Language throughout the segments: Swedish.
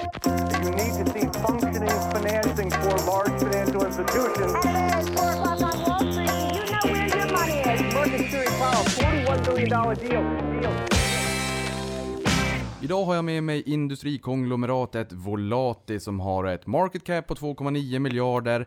You need to see functioning financing for large financial institutions. At 4 o'clock on Wall Street, you know where your money is. Market Theory Powell, $41 billion deal. Idag har jag med mig industrikonglomeratet Volati som har ett market cap på 2,9 miljarder,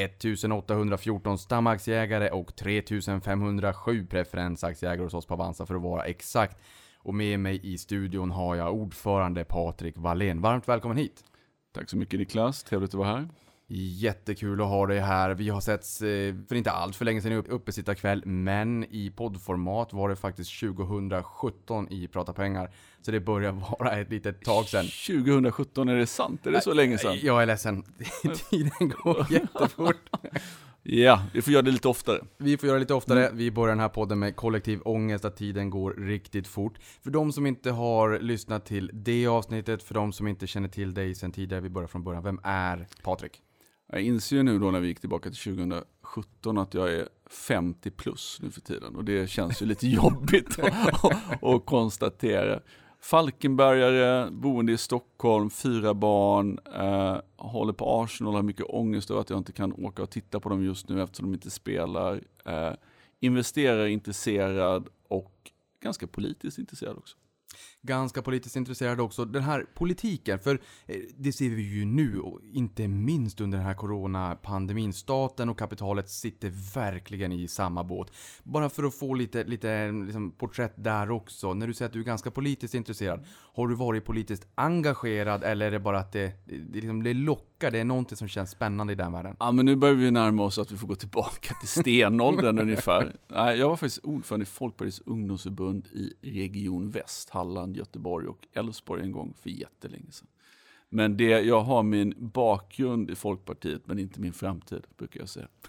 1814 stamaktieägare och 3507 preferensaktieägare hos oss på Avanza för att vara exakt. Och med mig i studion har jag ordförande Patrik Wallén. Varmt välkommen hit. Tack så mycket Niklas, trevligt att vara här. Jättekul att ha dig här. Vi har setts för inte allt för länge sedan uppe sitta kväll, men i poddformat var det faktiskt 2017 i Prata Pengar. Så det börjar vara ett litet tag sedan. 2017, är det sant? Är det så länge sedan? Jag är ledsen. Tiden går jättefort. Ja, vi får göra det lite oftare. Vi får göra det lite oftare. Vi börjar den här podden med kollektiv ångest att tiden går riktigt fort. För de som inte har lyssnat till det avsnittet, för de som inte känner till dig sedan tidigare, vi börjar från början. Vem är Patrik? Jag inser ju nu då när vi gick tillbaka till 2017 att jag är 50 plus nu för tiden. Och det känns ju lite jobbigt att konstatera. Falkenbergare, boende i Stockholm, 4 barn, håller på Arsenal, har mycket ångest över att jag inte kan åka och titta på dem just nu eftersom de inte spelar. Investerar, intresserad och ganska politiskt intresserad också. Ganska politiskt intresserad också. Den här politiken, för det ser vi ju nu och inte minst under den här coronapandemin. Staten och kapitalet sitter verkligen i samma båt. Bara för att få lite liksom porträtt där också. När du säger att du är ganska politiskt intresserad, har du varit politiskt engagerad eller är det bara att det lockar? Det är någonting som känns spännande i den världen. Ja, men nu börjar vi närma oss att vi får gå tillbaka till stenåldern ungefär. Nej, jag var faktiskt ordförande i Folkpartiets ungdomsförbund i Region Väst, Halland, Göteborg och Älvsborg en gång för jättelänge sedan. Men jag har min bakgrund i Folkpartiet men inte min framtid, brukar jag säga.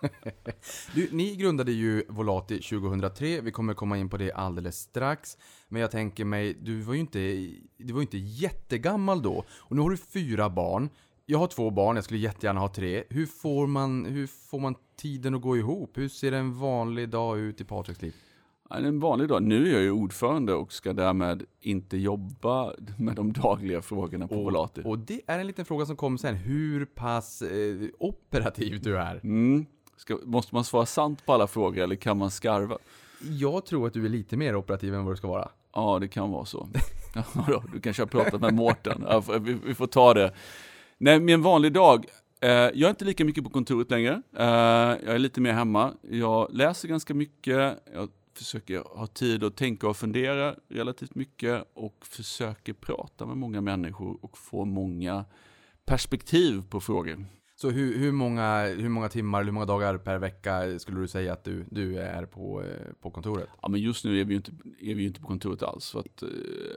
Ni grundade ju Volati 2003. Vi kommer komma in på det alldeles strax. Men jag tänker mig, du var ju inte jättegammal då. Och nu har du 4 barn. Jag har 2 barn, jag skulle jättegärna ha 3. Hur får man tiden att gå ihop? Hur ser en vanlig dag ut i Patriks liv? En vanlig dag. Nu är jag ju ordförande och ska därmed inte jobba med de dagliga frågorna på Volati. Och det är en liten fråga som kommer sen. Hur pass operativ du är? Måste man svara sant på alla frågor eller kan man skarva? Jag tror att du är lite mer operativ än vad du ska vara. Ja, det kan vara så. Du kanske har pratat med Mårten. Ja, vi får ta det. Nej, med en vanlig dag. Jag är inte lika mycket på kontoret längre. Jag är lite mer hemma. Jag läser ganska mycket. Jag försöker ha tid att tänka och fundera relativt mycket. Och försöker prata med många människor och få många perspektiv på frågor. Så hur många timmar eller hur många dagar per vecka skulle du säga att du är på kontoret? Ja, men just nu är vi ju inte på kontoret alls. Så att,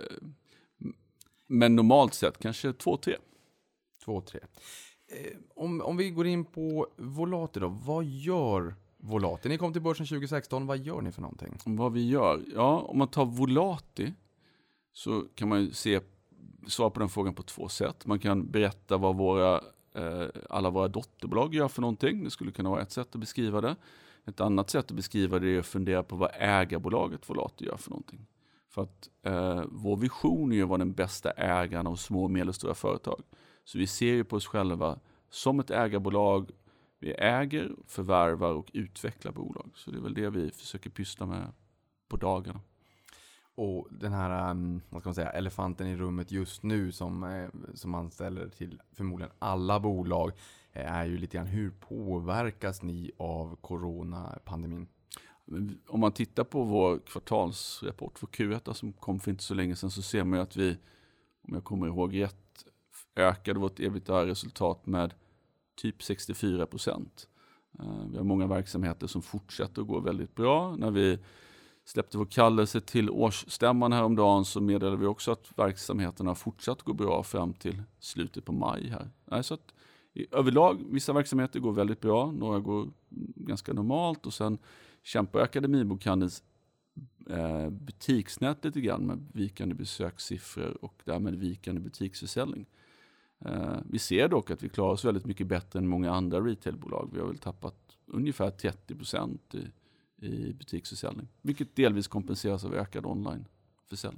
men normalt sett kanske 2-3. 2-3. Om vi går in på Volati då. Vad gör Volati? Ni kom till börsen 2016. Vad gör ni för någonting? Vad vi gör? Ja, om man tar Volati så kan man ju svara på den frågan på 2 sätt. Man kan berätta vad alla våra dotterbolag gör för någonting. Det skulle kunna vara ett sätt att beskriva det. Ett annat sätt att beskriva det är att fundera på vad ägarbolaget Volati gör för någonting. För att vår vision är ju att vara den bästa ägaren av små och medelstora företag. Så vi ser ju på oss själva som ett ägarbolag. Vi äger, förvärvar och utvecklar bolag. Så det är väl det vi försöker pyssla med på dagarna. Och den här, vad ska man säga, elefanten i rummet just nu som man ställer till förmodligen alla bolag är ju lite grann, hur påverkas ni av coronapandemin? Om man tittar på vår kvartalsrapport för Q1 som kom för inte så länge sedan, så ser man ju att vi, om jag kommer ihåg rätt, ökade vårt EBITDA-resultat med typ 64%. Vi har många verksamheter som fortsätter att gå väldigt bra. När vi släppte vår kallelse till årsstämman häromdagen så meddelade vi också att verksamheterna fortsatt gå bra fram till slutet på maj här. Så att överlag, vissa verksamheter går väldigt bra, några går ganska normalt och sen kämpar Akademibokhandelns butiksnät lite grann med vikande besökssiffror och därmed vikande butiksförsäljning. Vi ser dock att vi klarar oss väldigt mycket bättre än många andra retailbolag. Vi har väl tappat ungefär 30% i butiksförsäljning, vilket delvis kompenseras av ökad onlineförsäljning.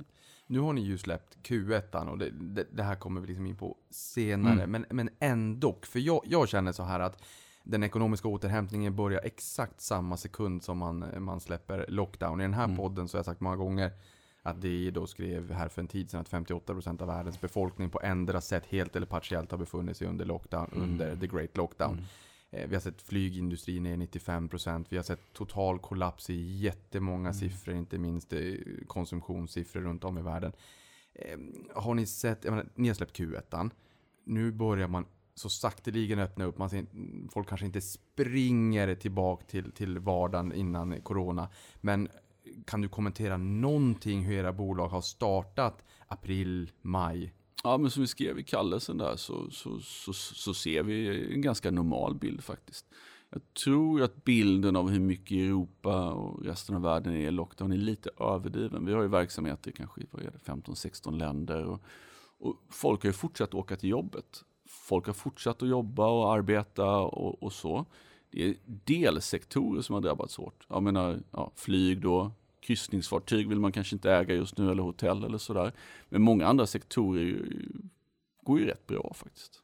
Nu har ni ju släppt Q1 och det här kommer vi liksom in på senare. Men ändå, för jag känner så här att den ekonomiska återhämtningen börjar exakt samma sekund som man släpper lockdown. I den här podden så har jag sagt många gånger att det då skrev här för en tid sedan att 58% av världens befolkning på ändra sätt helt eller partiellt har befunnit sig under lockdown, under the great lockdown. Vi har sett flygindustrin ner 95%. Vi har sett total kollaps i jättemånga siffror, inte minst konsumtionssiffror runt om i världen. Har ni sett, ni har släppt Q1. Nu börjar man så sakteligen öppna upp. Man ser, folk kanske inte springer tillbaka till vardagen innan corona. Men kan du kommentera någonting hur era bolag har startat april, maj? Ja, men som vi skrev i kallelsen där så ser vi en ganska normal bild faktiskt. Jag tror att bilden av hur mycket Europa och resten av världen är i lockdown är lite överdriven. Vi har ju verksamheter kanske i 15-16 länder och folk har ju fortsatt åka till jobbet. Folk har fortsatt att jobba och arbeta och så. Det är delsektorer som har drabbats hårt. Jag menar, flyg då. Kryssningsfartyg vill man kanske inte äga just nu eller hotell eller sådär. Men många andra sektorer går ju rätt bra faktiskt.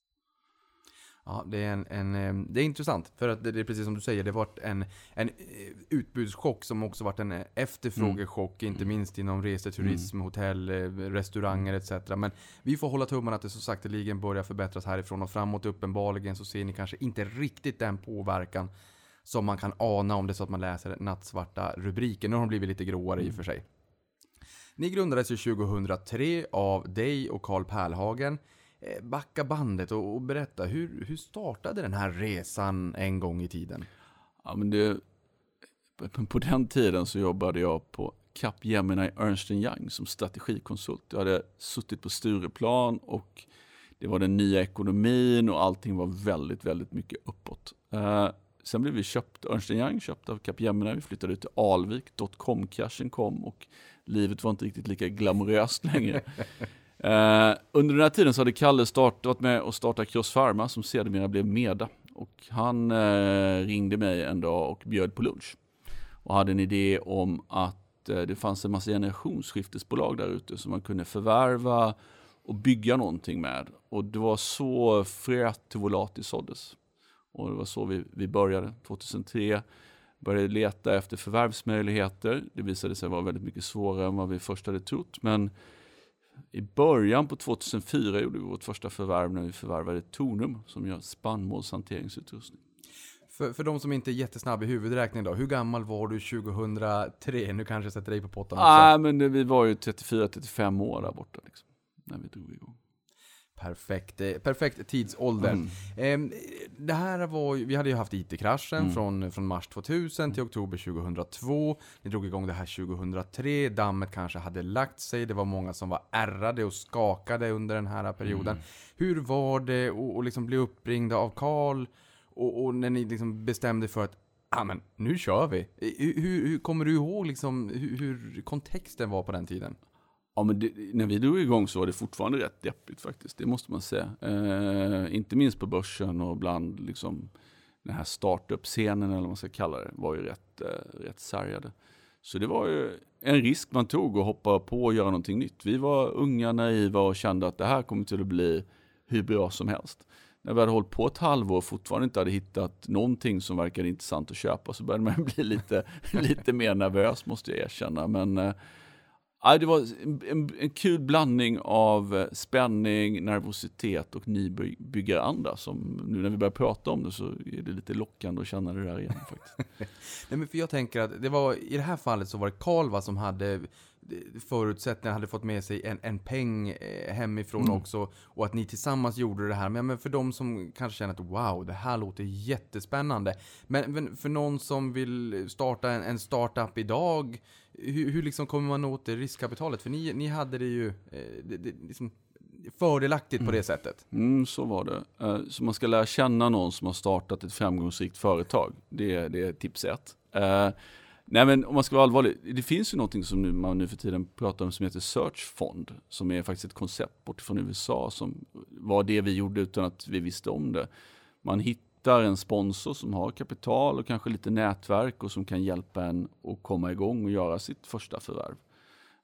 Ja, det är det är intressant för att det är precis som du säger, det har varit en utbudschock som också varit en efterfrågechock, inte minst inom reseturism, hotell, restauranger etc. Men vi får hålla tummarna att det så sakteligen börjar förbättras härifrån och framåt. Uppenbarligen så ser ni kanske inte riktigt den påverkan som man kan ana om det så att man läser nattsvarta rubriker. Nu har de blivit lite gråare i och för sig. Ni grundades ju 2003 av dig och Carl Pärlhagen. Backa bandet och berätta, hur startade den här resan en gång i tiden? Ja, men på den tiden så jobbade jag på Capgemini Ernst & Young som strategikonsult. Jag hade suttit på Stureplan och det var den nya ekonomin och allting var väldigt, väldigt mycket uppåt. Sen blev vi Ernst & Young köpt av Capgemini. Vi flyttade ut till Alvik. .com-cashen kom och livet var inte riktigt lika glamoröst längre. Under den här tiden så hade Kalle varit med och startat Cross Pharma som sedermera blev Meda. Och han ringde mig en dag och bjöd på lunch. Och hade en idé om att det fanns en massa generationsskiftesbolag där ute som man kunde förvärva och bygga någonting med. Och det var så fröet till Volatis såddes. Och det var så vi började 2003. Började leta efter förvärvsmöjligheter. Det visade sig vara väldigt mycket svårare än vad vi först hade trott. Men i början på 2004 gjorde vi vårt första förvärv när vi förvärvade Tornum som gör spannmålshanteringsutrustning. För de som inte är jättesnabb i huvudräkning då, hur gammal var du 2003? Nu kanske jag sätter dig på pottan också. Nej, men vi var ju 34-35 år där borta liksom, när vi drog igång. Perfekt tidsålder. Det här vi hade ju haft IT-kraschen från mars 2000 till oktober 2002. Ni drog igång det här 2003. Dammet kanske hade lagt sig. Det var många som var ärrade och skakade under den här perioden. Hur var det att liksom bli uppringda av Carl och när ni liksom bestämde för att men nu kör vi. Hur kommer du ihåg liksom, hur kontexten var på den tiden? Ja, men när vi drog igång så var det fortfarande rätt deppigt faktiskt. Det måste man säga. Inte minst på börsen och bland liksom, den här startup-scenen eller vad man ska kalla det var ju rätt sargade. Så det var ju en risk man tog att hoppa på och göra någonting nytt. Vi var unga, naiva och kände att det här kommer till att bli hur bra som helst. När vi hade hållit på ett halvår och fortfarande inte hade hittat någonting som verkade intressant att köpa så började man bli lite mer nervös måste jag erkänna. Men det var en kul blandning av spänning, nervositet och nybyggaranda som nu när vi börjar prata om det så är det lite lockande att känna det där igen faktiskt. Nej, men för jag tänker att det var, i det här fallet så var det Carl som hade förutsättningar, hade fått med sig en peng hemifrån också och att ni tillsammans gjorde det här. Men för de som kanske känner att wow, det här låter jättespännande. Men för någon som vill starta en startup idag, hur liksom kommer man åt det riskkapitalet? För ni hade det ju liksom fördelaktigt på det sättet. Så var det. Så man ska lära känna någon som har startat ett framgångsrikt företag. Det är tips 1. Nej, men om man ska vara allvarlig, det finns ju någonting som man nu för tiden pratar om som heter Search Fond, som är faktiskt ett koncept bort från USA som var det vi gjorde utan att vi visste om det. Man hittar en sponsor som har kapital och kanske lite nätverk och som kan hjälpa en att komma igång och göra sitt första förvärv.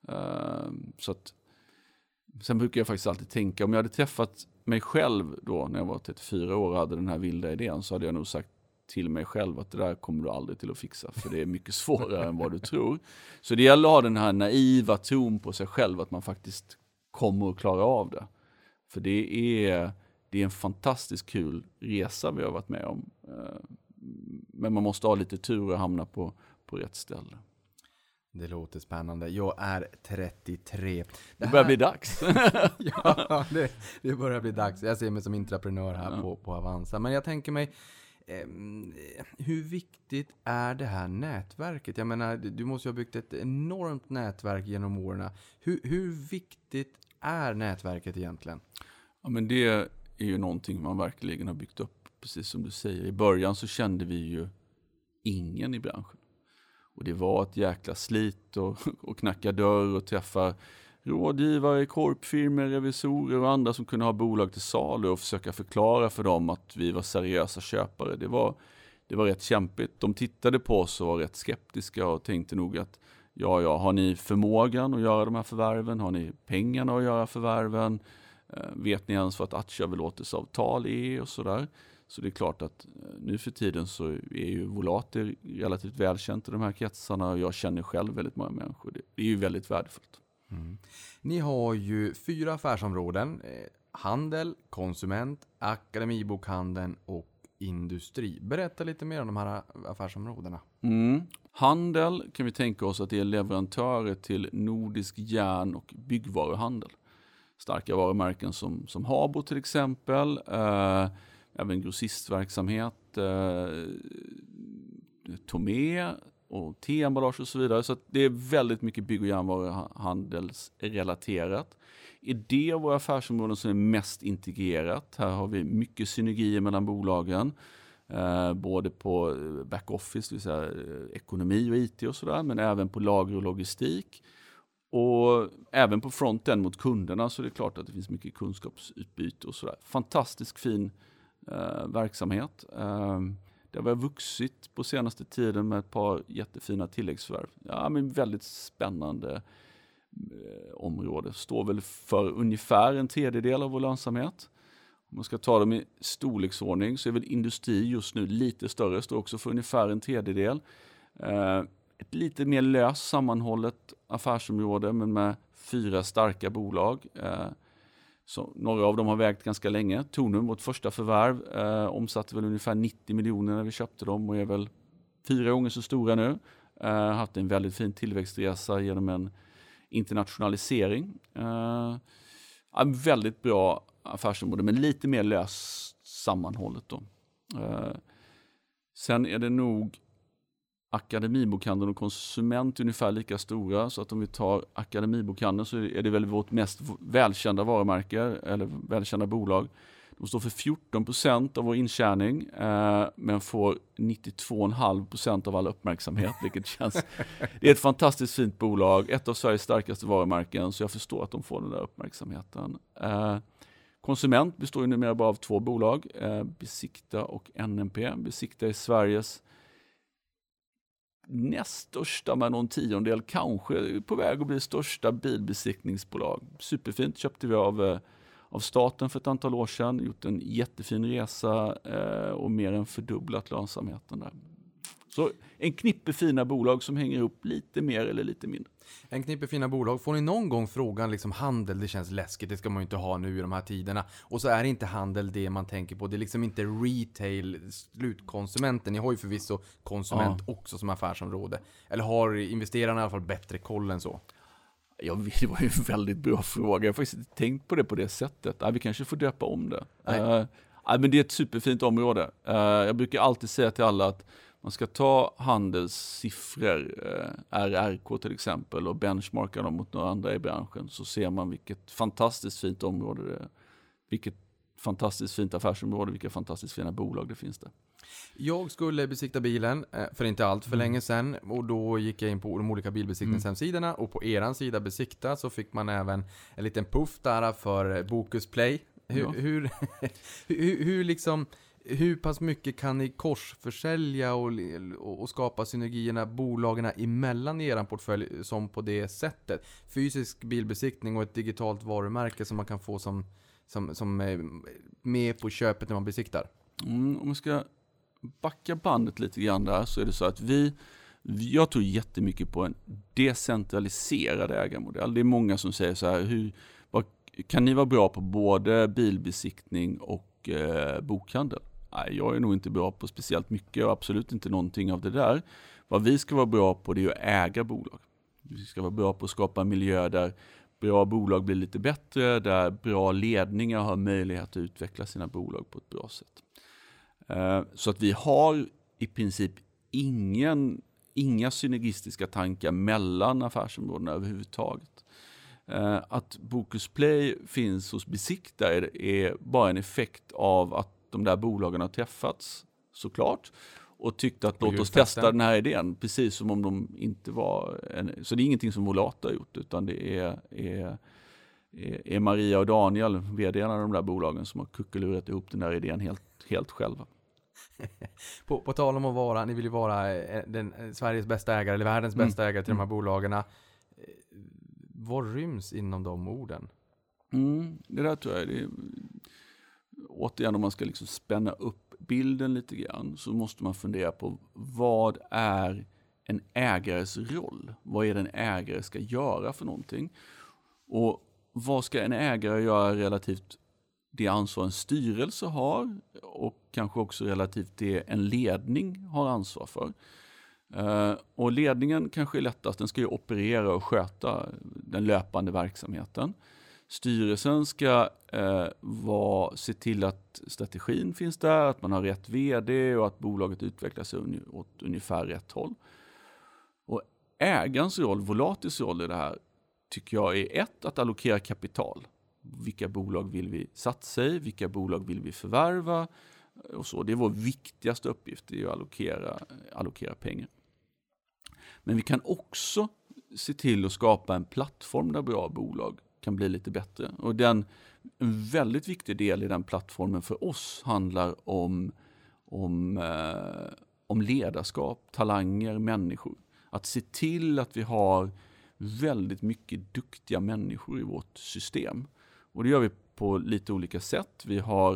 Så att, sen brukar jag faktiskt alltid tänka, om jag hade träffat mig själv då när jag var 34 år och hade den här vilda idén, så hade jag nog sagt till mig själv att det där kommer du aldrig till att fixa, för det är mycket svårare än vad du tror. Så det gäller att ha den här naiva tron på sig själv att man faktiskt kommer att klara av det. För det är en fantastiskt kul resa vi har varit med om. Men man måste ha lite tur och hamna på rätt ställe. Det låter spännande. Jag är 33. Det börjar bli dags. Ja, det börjar bli dags. Jag ser mig som entreprenör här på Avanza. Men jag tänker mig, hur viktigt är det här nätverket? Jag menar, du måste ju ha byggt ett enormt nätverk genom åren. Hur viktigt är nätverket egentligen? Ja, men det är ju någonting man verkligen har byggt upp, precis som du säger. I början så kände vi ju ingen i branschen. Och det var ett jäkla slit och knacka dörr och träffa rådgivare, korpfirmor, revisorer och andra som kunde ha bolag till salu och försöka förklara för dem att vi var seriösa köpare. Det var rätt kämpigt. De tittade på oss och var rätt skeptiska och tänkte nog att ja, har ni förmågan att göra de här förvärven? Har ni pengarna att göra förvärven? Vet ni ens vad ett aktieöverlåtelseavtal är och sådär? Så det är klart att nu för tiden så är ju Volater relativt välkänt i de här kretsarna och jag känner själv väldigt många människor. Det är ju väldigt värdefullt. Mm. Ni har ju 4 affärsområden. Handel, konsument, akademibokhandeln och industri. Berätta lite mer om de här affärsområdena. Handel kan vi tänka oss att det är leverantörer till nordisk järn- och byggvaruhandel. Starka varumärken som Habo till exempel. Även grossistverksamhet, Tomé och teemballage och så vidare. Så att det är väldigt mycket bygg- och järnvaruhandelsrelaterat. Är det våra affärsområden som är mest integrerat? Här har vi mycket synergier mellan bolagen. Både på backoffice, det vill säga ekonomi och IT och sådär. Men även på lager och logistik. Och även på fronten mot kunderna så är det klart att det finns mycket kunskapsutbyte och sådär. Fantastiskt fin verksamhet. Det har vuxit på senaste tiden med ett par jättefina tilläggsförvärv. Ja, men väldigt spännande område. Står väl för ungefär 1/3 av vår lönsamhet. Om man ska ta dem i storleksordning så är väl industri just nu lite större. Står också för ungefär 1/3. Ett lite mer löst sammanhållet affärsområde men med 4 starka bolag. Så några av dem har vägt ganska länge. Tonum, vårt första förvärv, omsatte väl ungefär 90 miljoner när vi köpte dem och är väl 4 gånger så stora nu. Haft en väldigt fin tillväxtresa genom en internationalisering. En väldigt bra affärsområde men lite mer löst sammanhållet då. Sen är det nog akademibokhandeln och konsument ungefär lika stora, så att om vi tar akademibokhandeln så är det väl vårt mest välkända varumärke eller välkända bolag. De står för 14% av vår intjäning men får 92,5% av all uppmärksamhet, vilket känns... Det är ett fantastiskt fint bolag, ett av Sveriges starkaste varumärken, så jag förstår att de får den där uppmärksamheten. Konsument består ju numera bara av 2 bolag, Besikta och NMP. Besikta är Sveriges näst största med någon 10-del, kanske på väg att bli största bilbesiktningsbolag. Superfint, köpte vi av staten för ett antal år sedan, gjort en jättefin resa och mer än fördubblat lönsamheten där. Så en knippe fina bolag som hänger upp lite mer eller lite mindre. En knippe fina bolag. Får ni någon gång frågan liksom handel, det känns läskigt, det ska man ju inte ha nu i de här tiderna. Och så är inte handel det man tänker på. Det är liksom inte retail, slutkonsumenten. Ni har ju förvisso konsument också som affärsområde. Eller har investerarna i alla fall bättre koll än så? Ja, det var ju en väldigt bra fråga. Jag har faktiskt inte tänkt på det på det sättet. Vi kanske får döpa om det. Men det är ett superfint område. Jag brukar alltid säga till alla att man ska ta handelssiffror, RRK till exempel, och benchmarka dem mot några andra i branschen, så ser man vilket fantastiskt fint område det är. Vilket fantastiskt fint affärsområde, vilka fantastiskt fina bolag det finns där. Jag skulle besikta bilen för inte allt för länge sedan, och då gick jag in på de olika bilbesiktningshemsidorna och på eran sida Besikta så fick man även en liten puff där för Bokus Play. Hur liksom... hur pass mycket kan ni korsförsälja och skapa synergierna bolagen emellan i er portfölj som på det sättet? Fysisk bilbesiktning och ett digitalt varumärke som man kan få som är med på köpet när man besiktar. Om man ska backa bandet lite grann där, så är det så att jag tror jättemycket på en decentraliserad ägarmodell. Det är många som säger så här, kan ni vara bra på både bilbesiktning och bokhandel? Nej, jag är nog inte bra på speciellt mycket och absolut inte någonting av det där. Vad vi ska vara bra på, det är att äga bolag. Vi ska vara bra på att skapa en miljö där bra bolag blir lite bättre, där bra ledningar har möjlighet att utveckla sina bolag på ett bra sätt. Så att vi har i princip inga synergistiska tankar mellan affärsområdena överhuvudtaget. Att Bokusplay finns hos besiktare är bara en effekt av att de där bolagen har träffats, såklart, och tyckte att låt oss testa den här idén, precis som om de inte var så det är ingenting som Volati har gjort, utan det är Maria och Daniel, vd-arna av de där bolagen, som har kuckelurat ihop den där idén helt själva. På tal om att vara, ni vill ju vara Sveriges bästa ägare eller världens bästa ägare till de här bolagen. Vad ryms inom de orden? Det där tror jag det är, återigen, om man ska liksom spänna upp bilden lite grann, så måste man fundera på vad är en ägares roll? Vad är det en ägare ska göra för någonting? Och vad ska en ägare göra relativt det ansvar en styrelse har, och kanske också relativt det en ledning har ansvar för. Och ledningen kanske är lättast, den ska ju operera och sköta den löpande verksamheten. Styrelsen ska se till att strategin finns där, att man har rätt vd och att bolaget utvecklar sig åt ungefär rätt håll. Och ägarens roll, Volatis roll i det här, tycker jag är att allokera kapital. Vilka bolag vill vi satsa i? Vilka bolag vill vi förvärva? Och så. Det är vår viktigaste uppgift, det är att allokera pengar. Men vi kan också se till att skapa en plattform där bra bolag kan bli lite bättre. Och en väldigt viktig del i den plattformen för oss handlar om ledarskap, talanger, människor. Att se till att vi har väldigt mycket duktiga människor i vårt system. Och det gör vi på lite olika sätt. Vi har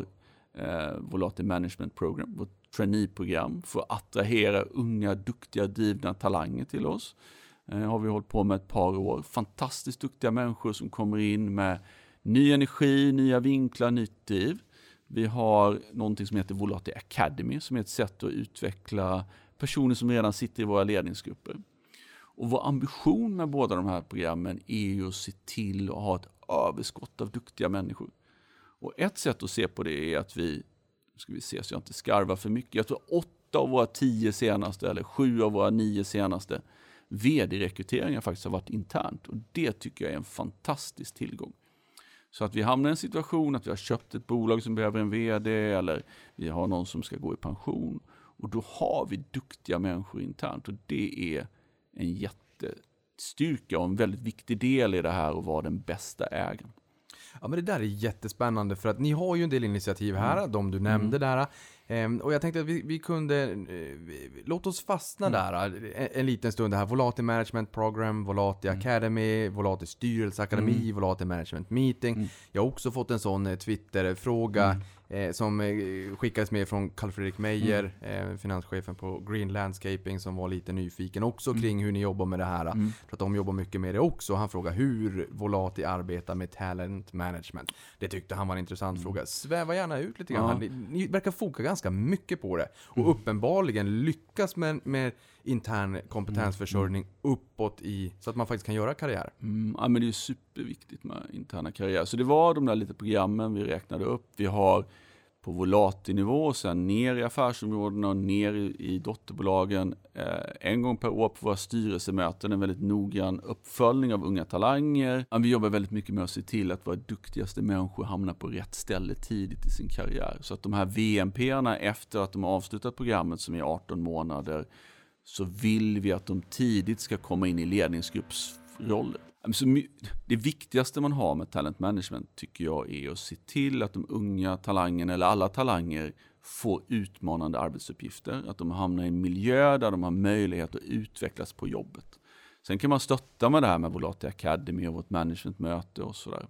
Volati Management Program, vårt trainee-program, för att attrahera unga, duktiga, drivna talanger till oss. Har vi hållit på med ett par år. Fantastiskt duktiga människor som kommer in med ny energi, nya vinklar, nytt driv. Vi har någonting som heter Volati Academy, som är ett sätt att utveckla personer som redan sitter i våra ledningsgrupper. Och vår ambition med båda de här programmen är ju att se till att ha ett överskott av duktiga människor. Och ett sätt att se på det är att vi, ska vi se så jag inte skarvar för mycket, jag tror 8 av våra 10 senaste eller 7 av våra 9 senaste vd-rekryteringar faktiskt har varit internt. Och det tycker jag är en fantastisk tillgång. Så att vi hamnar i en situation att vi har köpt ett bolag som behöver en vd, eller vi har någon som ska gå i pension. Och då har vi duktiga människor internt, och det är en jättestyrka och en väldigt viktig del i det här att vara den bästa ägaren. Ja, men det där är jättespännande, för att ni har ju en del initiativ här, de du nämnde där. Och jag tänkte att vi kunde, låt oss fastna där en liten stund här. Volati Management Program, Volati Academy, Volati Styrelseakademi, Volati Management Meeting. Jag har också fått en sån Twitter-fråga som skickades med från Carl Fredrik Meijer, finanschefen på Green Landscaping, som var lite nyfiken också kring hur ni jobbar med det här. För att de jobbar mycket med det också. Han frågar hur Volati arbetar med talent management. Det tyckte han var en intressant fråga. Sväva gärna ut lite grann. Ni verkar foka ganska mycket på det. Och uppenbarligen lyckas med intern kompetensförsörjning uppåt så att man faktiskt kan göra karriär. Ja, men det är superviktigt med interna karriär. Så det var de där lite programmen vi räknade upp. Vi har på Volati-nivå och sen ner i affärsområdena och ner i dotterbolagen en gång per år på våra styrelsemöten, en väldigt noggrann uppföljning av unga talanger. Vi jobbar väldigt mycket med att se till att våra duktigaste människor hamnar på rätt ställe tidigt i sin karriär. Så att de här VMP-arna efter att de har avslutat programmet, som är 18 månader, så vill vi att de tidigt ska komma in i ledningsgruppsroller. Så det viktigaste man har med talent management, tycker jag, är att se till att de unga talangerna eller alla talanger får utmanande arbetsuppgifter. Att de hamnar i en miljö där de har möjlighet att utvecklas på jobbet. Sen kan man stötta med det här med Volati Academy och vårt managementmöte och sådär.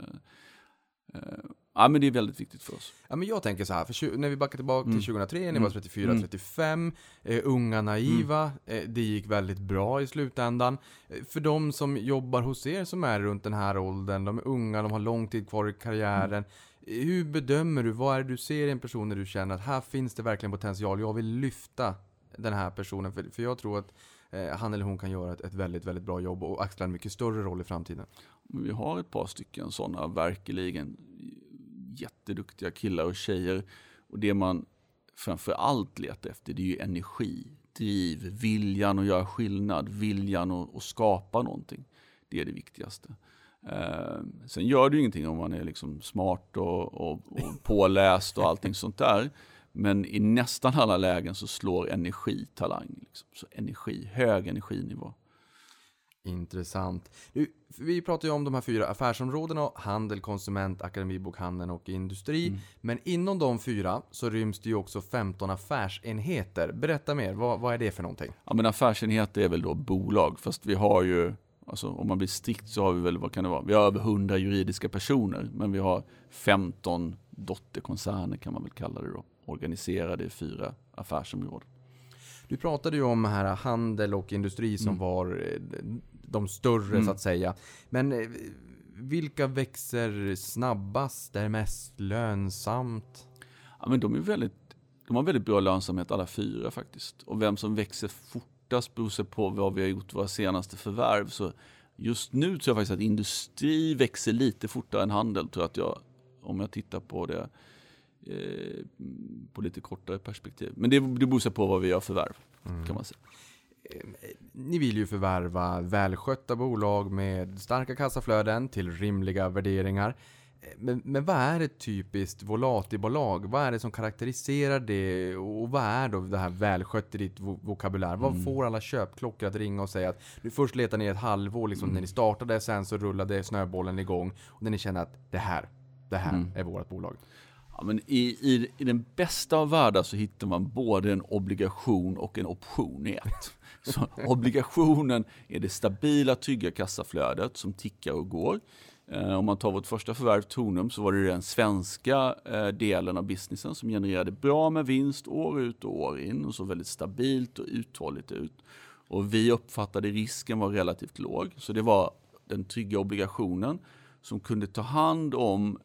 Ja, men det är väldigt viktigt för oss. Ja, men jag tänker så här, för när vi backar tillbaka till 2003, ni var 34-35, unga naiva, det gick väldigt bra i slutändan. För de som jobbar hos er som är runt den här åldern, de är unga, de har lång tid kvar i karriären. Hur bedömer du, vad är det du ser i en person när du känner att här finns det verkligen potential, jag vill lyfta den här personen, för jag tror att han eller hon kan göra ett väldigt, väldigt bra jobb och axla en mycket större roll i framtiden. Vi har ett par stycken sådana verkligen jätteduktiga killar och tjejer. Och det man framför allt letar efter, det är ju energi, driv, viljan att göra skillnad, viljan att skapa någonting. Det är det viktigaste. Sen gör det ju ingenting om man är liksom smart och påläst och allting sånt där. Men i nästan alla lägen så slår energi talang. Liksom. Så energi, hög energinivå. Intressant. Vi pratar ju om de här 4 affärsområdena: handel, konsument, akademibokhandeln och industri. Men inom de 4 så ryms det ju också 15 affärsenheter. Berätta mer, vad är det för någonting? Ja, men affärsenheter är väl då bolag. Fast vi har ju, alltså om man blir strikt så har vi väl, vad kan det vara? Vi har över 100 juridiska personer. Men vi har 15 dotterkoncerner kan man väl kalla det då. Organiserade i 4 affärsområden. Du pratade ju om här handel och industri som var de större så att säga. Men vilka växer snabbast? Det är mest lönsamt? Ja, men de har väldigt bra lönsamhet alla 4 faktiskt. Och vem som växer fortast beror sig på vad vi har gjort våra senaste förvärv. Så just nu tror jag faktiskt att industri växer lite fortare än handel. Tror att om jag tittar på det på lite kortare perspektiv. Men det beror sig på vad vi gör förvärv, kan man säga. Ni vill ju förvärva välskötta bolag med starka kassaflöden till rimliga värderingar. Men vad är ett typiskt Volati-bolag? Vad är det som karaktäriserar det? Och vad är då det här välskött i ditt vokabulär? Vad får alla köpklockor att ringa och säga att du först letar ni ett halvår liksom, när ni startade, sen så rullade snöbollen igång och när ni känner att det här är vårt bolag? Ja, men i den bästa av världar så hittar man både en obligation och en option i ett. Så obligationen är det stabila, trygga kassaflödet som tickar och går. Om man tar vårt första förvärv Tonum så var det den svenska delen av businessen som genererade bra med vinst år ut och år in och så väldigt stabilt och uthålligt ut. Och vi uppfattade risken var relativt låg. Så det var den trygga obligationen som kunde ta hand om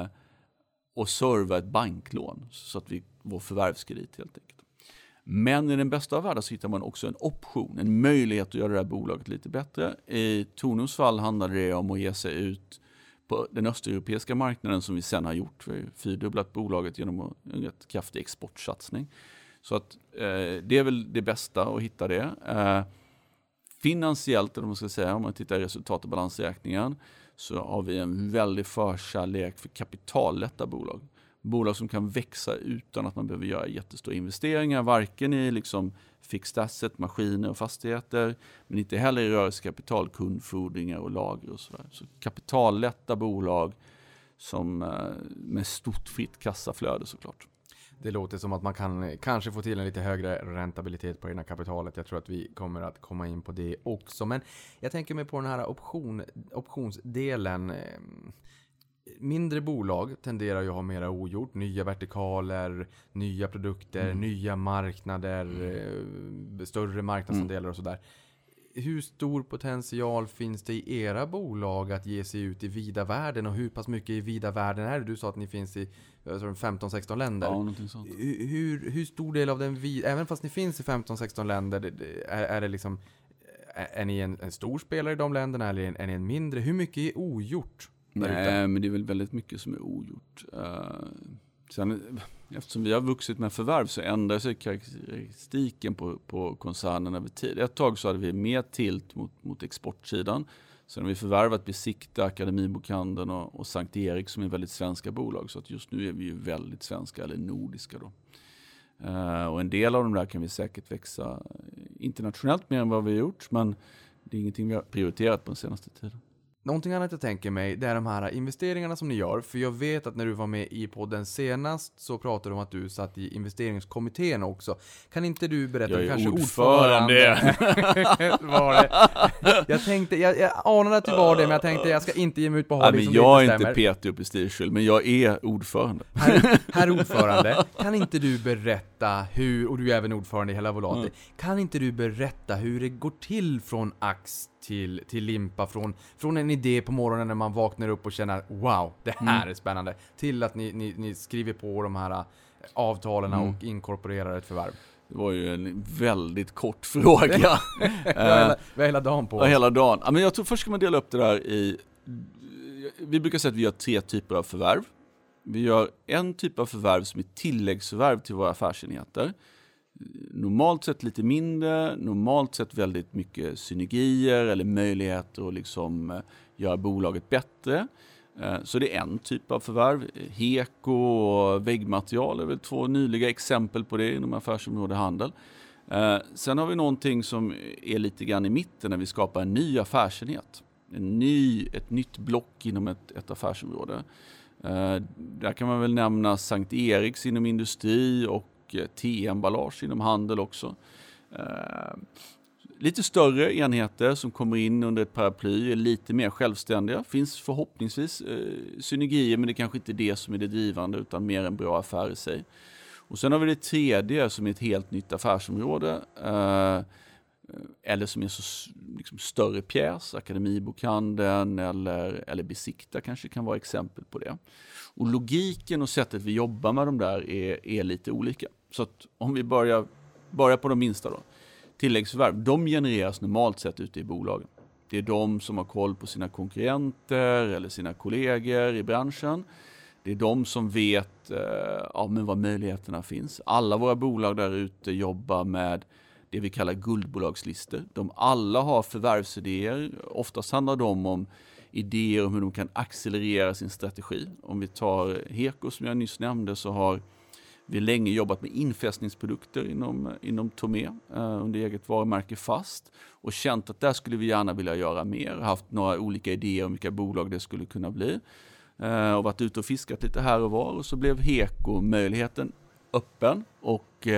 och serva ett banklån så att vår förvärvskredit helt enkelt. Men i den bästa av världar så hittar man också en option, en möjlighet att göra det här bolaget lite bättre. I Tonums fall handlade det om att ge sig ut på den östeuropeiska marknaden som vi sen har gjort. Vi har fyrdubblat bolaget genom en rätt kraftig exportsatsning. Så att det är väl det bästa att hitta det. Finansiellt, eller man ska säga, om man tittar i resultat- och balansräkningen, så har vi en väldigt förkärlek för kapitallätta bolag. Bolag som kan växa utan att man behöver göra jättestora investeringar, varken i liksom fixed asset, maskiner och fastigheter, men inte heller i rörelsekapital, kundfordringar och lager och sådär. Så kapitallätta bolag som med stort fritt kassaflöde såklart. Det låter som att man kan kanske få till en lite högre rentabilitet på det här kapitalet. Jag tror att vi kommer att komma in på det också. Men jag tänker mig på den här optionsdelen. Mindre bolag tenderar ju att ha mera ogjort. Nya vertikaler, nya produkter, nya marknader, större marknadsandelar och sådär. Hur stor potential finns det i era bolag att ge sig ut i vida världen och hur pass mycket i vida världen är det? Du sa att ni finns i 15-16 länder. Ja, någonting sånt. Hur stor del av den, även fast ni finns i 15-16 länder, är det liksom, är ni en stor spelare i de länderna eller är ni en mindre? Hur mycket är ogjort? Nej, men det är väl väldigt mycket som är ogjort. Sen, eftersom vi har vuxit med förvärv så ändrar sig karaktäristiken på koncernen över tid. Ett tag så hade vi mer tilt mot exportsidan. Sen har vi förvärvat Besikta, Akademibokhandeln och Sankt Erik som är väldigt svenska bolag. Så att just nu är vi ju väldigt svenska eller nordiska då. Och en del av de där kan vi säkert växa internationellt mer än vad vi har gjort. Men det är ingenting vi har prioriterat på den senaste tiden. Någonting annat jag tänker mig, det är de här investeringarna som ni gör. För jag vet att när du var med i podden senast så pratade du om att du satt i investeringskommittén också. Kan inte du berätta? Jag är kanske ordförande. Var det? Jag anade att du var det, men jag tänkte jag ska inte ge mig ut på havet. Men jag är inte Peter upp i Stirskyld, men jag är ordförande. Herr ordförande, kan inte du berätta hur, och du är även ordförande i hela Volati, kan inte du berätta hur det går till från ax till limpa, från en idé på morgonen när man vaknar upp och känner wow, det här är spännande, till att ni skriver på de här avtalen och inkorporerar ett förvärv? Det var ju en väldigt kort fråga. Vi har hela dagen på oss. Ja, hela dagen. Ja, men jag tror först ska man dela upp det där i... Vi brukar säga att vi gör 3 typer av förvärv. Vi gör en typ av förvärv som är tilläggsförvärv till våra affärsenheter. Normalt sett lite mindre, normalt sett väldigt mycket synergier eller möjligheter att liksom göra bolaget bättre. Så det är en typ av förvärv. Heko och väggmaterial är väl 2 nyliga exempel på det inom affärsområde handel. Sen har vi någonting som är lite grann i mitten när vi skapar en ny affärsenhet. Ett nytt block inom ett affärsområde. Där kan man väl nämna Sankt Eriks inom industri och T-emballage inom handel också. Lite större enheter som kommer in under ett paraply är lite mer självständiga. Finns förhoppningsvis synergier, men det kanske inte är det som är det drivande utan mer en bra affär i sig. Och sen har vi det tredje som är ett helt nytt affärsområde. Eller som är så liksom större pjäs, Akademibokhandeln eller Besikta kanske kan vara exempel på det. Och logiken och sättet vi jobbar med de där är lite olika. Så att om vi börjar på de minsta då. Tilläggsförvärv, de genereras normalt sett ute i bolagen. Det är de som har koll på sina konkurrenter eller sina kollegor i branschen. Det är de som vet men vad möjligheterna finns. Alla våra bolag där ute jobbar med det vi kallar guldbolagslistor. De alla har förvärvsidéer. Oftast handlar de om idéer om hur de kan accelerera sin strategi. Om vi tar Heko som jag nyss nämnde, så har vi länge jobbat med infästningsprodukter inom Tomé under eget varumärke Fast och känt att där skulle vi gärna vilja göra mer. Haft några olika idéer om vilka bolag det skulle kunna bli. Och varit ute och fiskat lite här och var, och så blev Heko möjligheten öppen och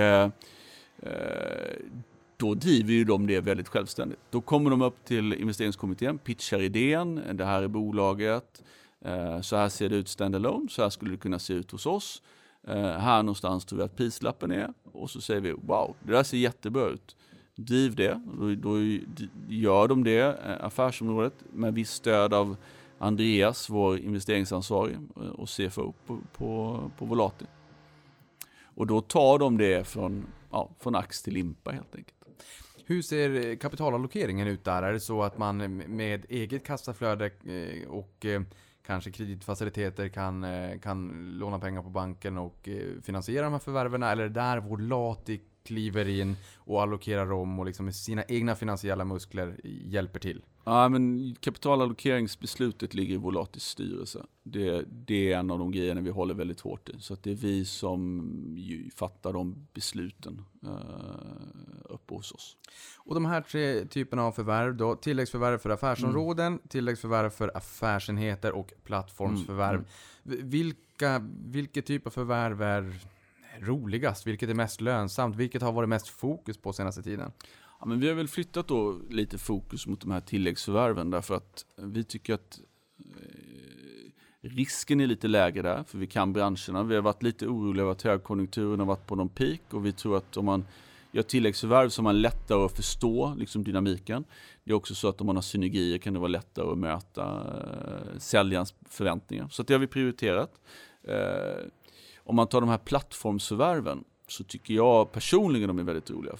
då driver ju de det väldigt självständigt. Då kommer de upp till investeringskommittén, pitchar idén, det här är bolaget, så här ser det ut standalone, så här skulle det kunna se ut hos oss. Här någonstans tror vi att prislappen är, och så säger vi wow, det där ser jättebra ut. Driv det, då gör de det, affärsområdet, med viss stöd av Andreas, vår investeringsansvarig och CFO på Volati. Och då tar de det från ax till limpa helt enkelt. Hur ser kapitalallokeringen ut där? Är det så att man med eget kassaflöde och kanske kreditfaciliteter kan låna pengar på banken och finansiera de här förvärven? Eller är det där Volati kliver in och allokerar om och liksom med sina egna finansiella muskler hjälper till? Ja, men kapitalallokeringsbeslutet ligger i Volatis styrelse. Det är en av de grejerna vi håller väldigt hårt i. Så att det är vi som fattar de besluten uppe hos oss. Och de här 3 typerna av förvärv då, tilläggsförvärv för affärsområden, tilläggsförvärv för affärsenheter och plattformsförvärv. Vilket typ av förvärv är roligast? Vilket är mest lönsamt? Vilket har varit mest fokus på senaste tiden? Ja, men vi har väl flyttat då lite fokus mot de här tilläggsförvärven därför att vi tycker att risken är lite lägre där, för vi kan branscherna. Vi har varit lite oroliga över att högkonjunkturen har varit på någon peak, och vi tror att om man gör tilläggsförvärv så är man lättare att förstå liksom dynamiken. Det är också så att om man har synergier kan det vara lättare att möta säljarens förväntningar. Så det har vi prioriterat. Om man tar de här plattformsförvärven så tycker jag personligen de är väldigt roliga.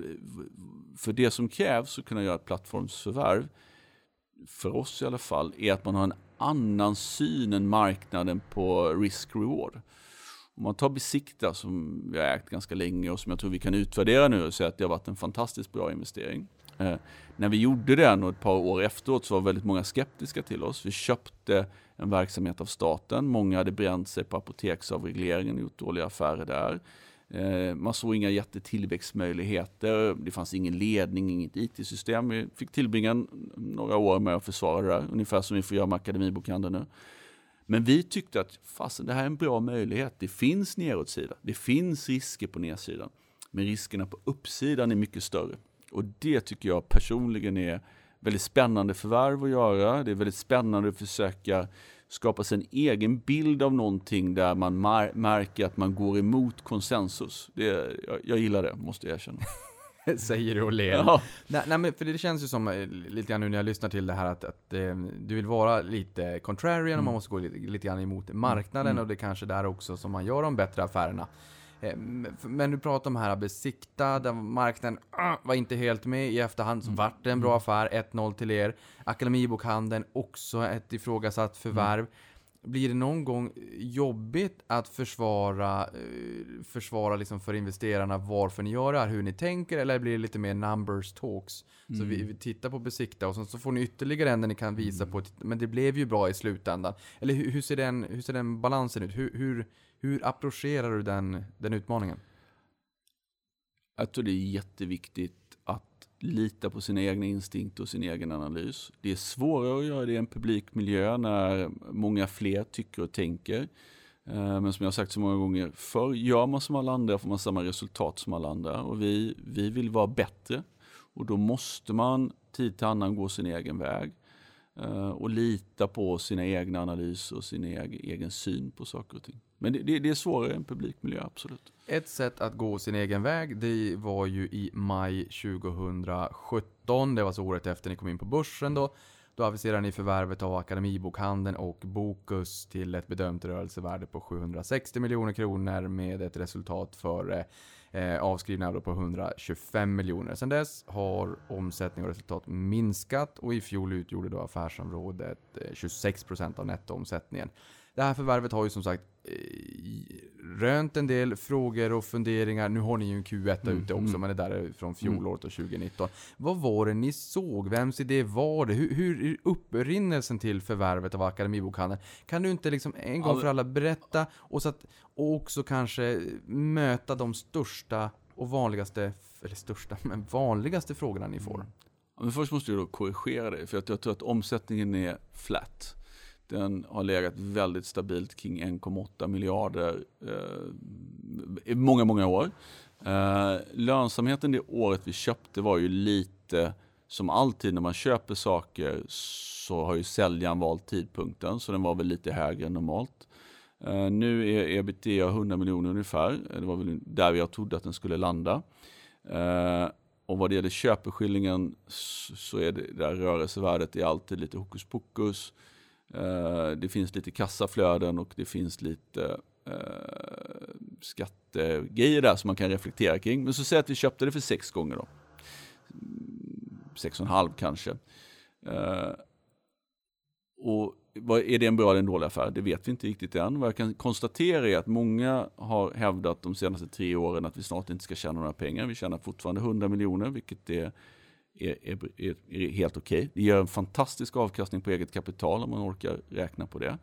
För det som krävs att kunna göra ett plattformsförvärv, för oss i alla fall, är att man har en annan syn än marknaden på risk-reward. Om man tar Besikta som vi har ägt ganska länge och som jag tror vi kan utvärdera nu och säga att det har varit en fantastiskt bra investering. När vi gjorde den och ett par år efteråt så var väldigt många skeptiska till oss. Vi köpte en verksamhet av staten. Många hade bränt sig på apoteksavregleringen och gjort dåliga affärer där. Man såg inga jättetillväxtmöjligheter. Det fanns ingen ledning, inget IT-system. Vi fick tillbringa några år med att försvara det där. Ungefär som vi får göra med Akademibokhandeln nu. Men vi tyckte att det här är en bra möjlighet. Det finns nedåtsida. Det finns risker på nedsidan. Men riskerna på uppsidan är mycket större. Och det tycker jag personligen är väldigt spännande förvärv att göra. Det är väldigt spännande att försöka skapa sig en egen bild av någonting där man märker att man går emot konsensus. Jag gillar det, måste jag erkänna. Säger du och ler. Ja. Nej, men för det känns ju som lite grann nu när jag lyssnar till det här att du vill vara lite contrarian och man måste gå lite grann emot marknaden och det är kanske där också som man gör de bättre affärerna. Men du pratar om här Besikta, där marknaden var inte helt med i efterhand, så vart det en bra affär, 1-0 till er. Akademibokhandeln, också ett ifrågasatt förvärv. Blir det någon gång jobbigt att försvara liksom för investerarna varför ni gör det här, hur ni tänker, eller blir det lite mer numbers talks? Så vi tittar på Besikta och så får ni ytterligare en där ni kan visa på, men det blev ju bra i slutändan. Eller hur ser den balansen ut? Hur approcherar du den utmaningen? Jag tror det är jätteviktigt att lita på sina egna instinkter och sin egen analys. Det är svårare att göra det i en publik miljö när många fler tycker och tänker. Men som jag har sagt så många gånger förr, gör man som alla andra får man samma resultat som alla andra. Och vi vill vara bättre. Och då måste man tid till annan gå sin egen väg. Och lita på sina egna analyser och sin egen syn på saker och ting. Men det är svårare i en publikmiljö, absolut. Ett sätt att gå sin egen väg, det var ju i maj 2017. Det var så året efter ni kom in på börsen då. Då aviserade ni förvärvet av Akademibokhandeln och Bokus till ett bedömt rörelsevärde på 760 miljoner kronor med ett resultat för avskrivna på 125 miljoner. Sedan dess har omsättning och resultat minskat och i fjol utgjorde då affärsområdet 26% av nettoomsättningen. Det här förvärvet har ju som sagt rönt en del frågor och funderingar. Nu har ni ju en Q1 ute också, men det där är från fjolåret och 2019. Vad var det ni såg? Vems idé var det? Hur upprinnelsen till förvärvet av Akademibokhandeln? Kan du inte liksom en gång för alla berätta och också kanske möta de största och vanligaste frågorna ni får? Ja, men först måste jag då korrigera det, för att jag tror att omsättningen är flat. Den har legat väldigt stabilt kring 1,8 miljarder i många år. Lönsamheten det året vi köpte var ju lite som alltid när man köper saker, så har ju säljaren valt tidpunkten, så den var väl lite högre än normalt. Nu är ebitda 100 miljoner ungefär. Det var väl där jag trodde att den skulle landa. Och vad det gäller köpeskillingen så är det där rörelsevärdet är alltid lite hokus pokus. Det finns lite kassaflöden och det finns lite skattegrejer där som man kan reflektera kring. Men så säger att vi köpte det för 6 gånger då. 6,5 kanske. Och är det en bra eller en dålig affär? Det vet vi inte riktigt än. Vad jag kan konstatera är att många har hävdat de senaste 3 åren att vi snart inte ska tjäna några pengar. Vi tjänar fortfarande 100 miljoner, vilket är helt okej. Det ger en fantastisk avkastning på eget kapital om man orkar räkna på det.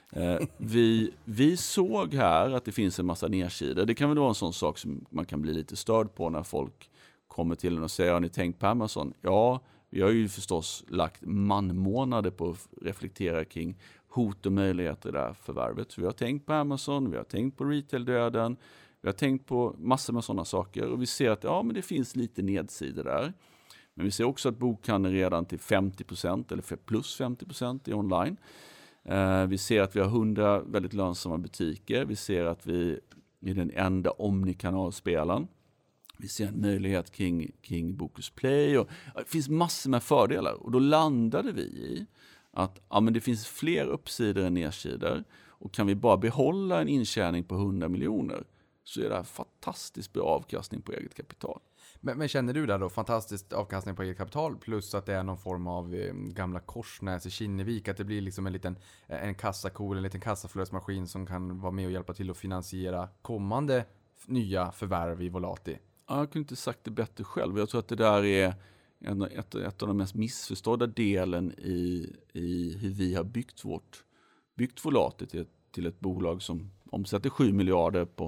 Vi såg här att det finns en massa nedsidor. Det kan väl vara en sån sak som man kan bli lite störd på när folk kommer till en och säger, har ni tänkt på Amazon? Ja, vi har ju förstås lagt manmånader på att reflektera kring hot och möjligheter i det här förvärvet. Så vi har tänkt på Amazon, vi har tänkt på retail-döden, vi har tänkt på massor med sådana saker. Och vi ser att men det finns lite nedsidor där. Men vi ser också att bokhandeln redan till 50% eller plus 50% är online. Vi ser att vi har 100 väldigt lönsamma butiker. Vi ser att vi är den enda omnikanalspelaren. Vi ser en möjlighet kring Bokus Play. Och det finns massor med fördelar. Och då landade vi i att men det finns fler uppsidor än nedsidor. Och kan vi bara behålla en intjäning på 100 miljoner så är det här fantastiskt bra avkastning på eget kapital. Men känner du där då fantastisk avkastning på eget kapital plus att det är någon form av gamla Korsnäs i Kinnevik, att det blir liksom en kassako, en liten kassaflödesmaskin som kan vara med och hjälpa till att finansiera kommande nya förvärv i Volati? Ja, jag kunde inte sagt det bättre själv. Jag tror att det där är ett av de mest missförstådda delen i hur vi har byggt Volati till ett bolag som omsätter 7 miljarder på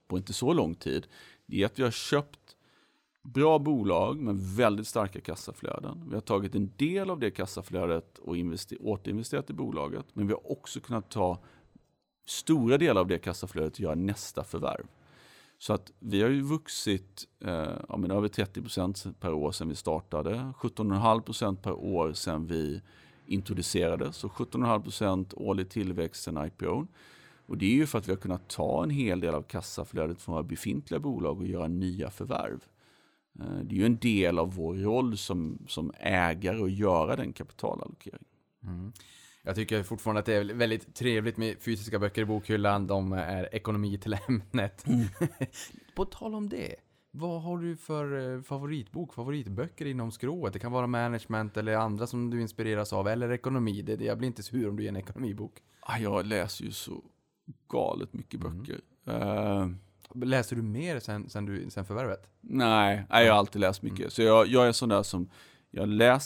på inte så lång tid, det är att vi har köpt bra bolag med väldigt starka kassaflöden. Vi har tagit en del av det kassaflödet och återinvesterat i bolaget, men vi har också kunnat ta stora delar av det kassaflödet och göra nästa förvärv. Så att vi har ju vuxit över 30% per år sedan vi startade, 17,5% per år sedan vi introducerade, så 17,5% årlig tillväxt sedan IPO. Och det är ju för att vi har kunnat ta en hel del av kassaflödet från våra befintliga bolag och göra nya förvärv. Det är ju en del av vår roll som ägare att göra den kapitalallokeringen. Mm. Jag tycker fortfarande att det är väldigt trevligt med fysiska böcker i bokhyllan. De är ekonomi till ämnet. På tal om det, vad har du för favoritböcker inom skrået? Det kan vara management eller andra som du inspireras av, eller ekonomi. Jag blir inte sur om du ger en ekonomibok. Jag läser ju så galet mycket böcker. Läser du mer sen förvärvet? Nej, jag har alltid läst mycket. Så jag är sån där som jag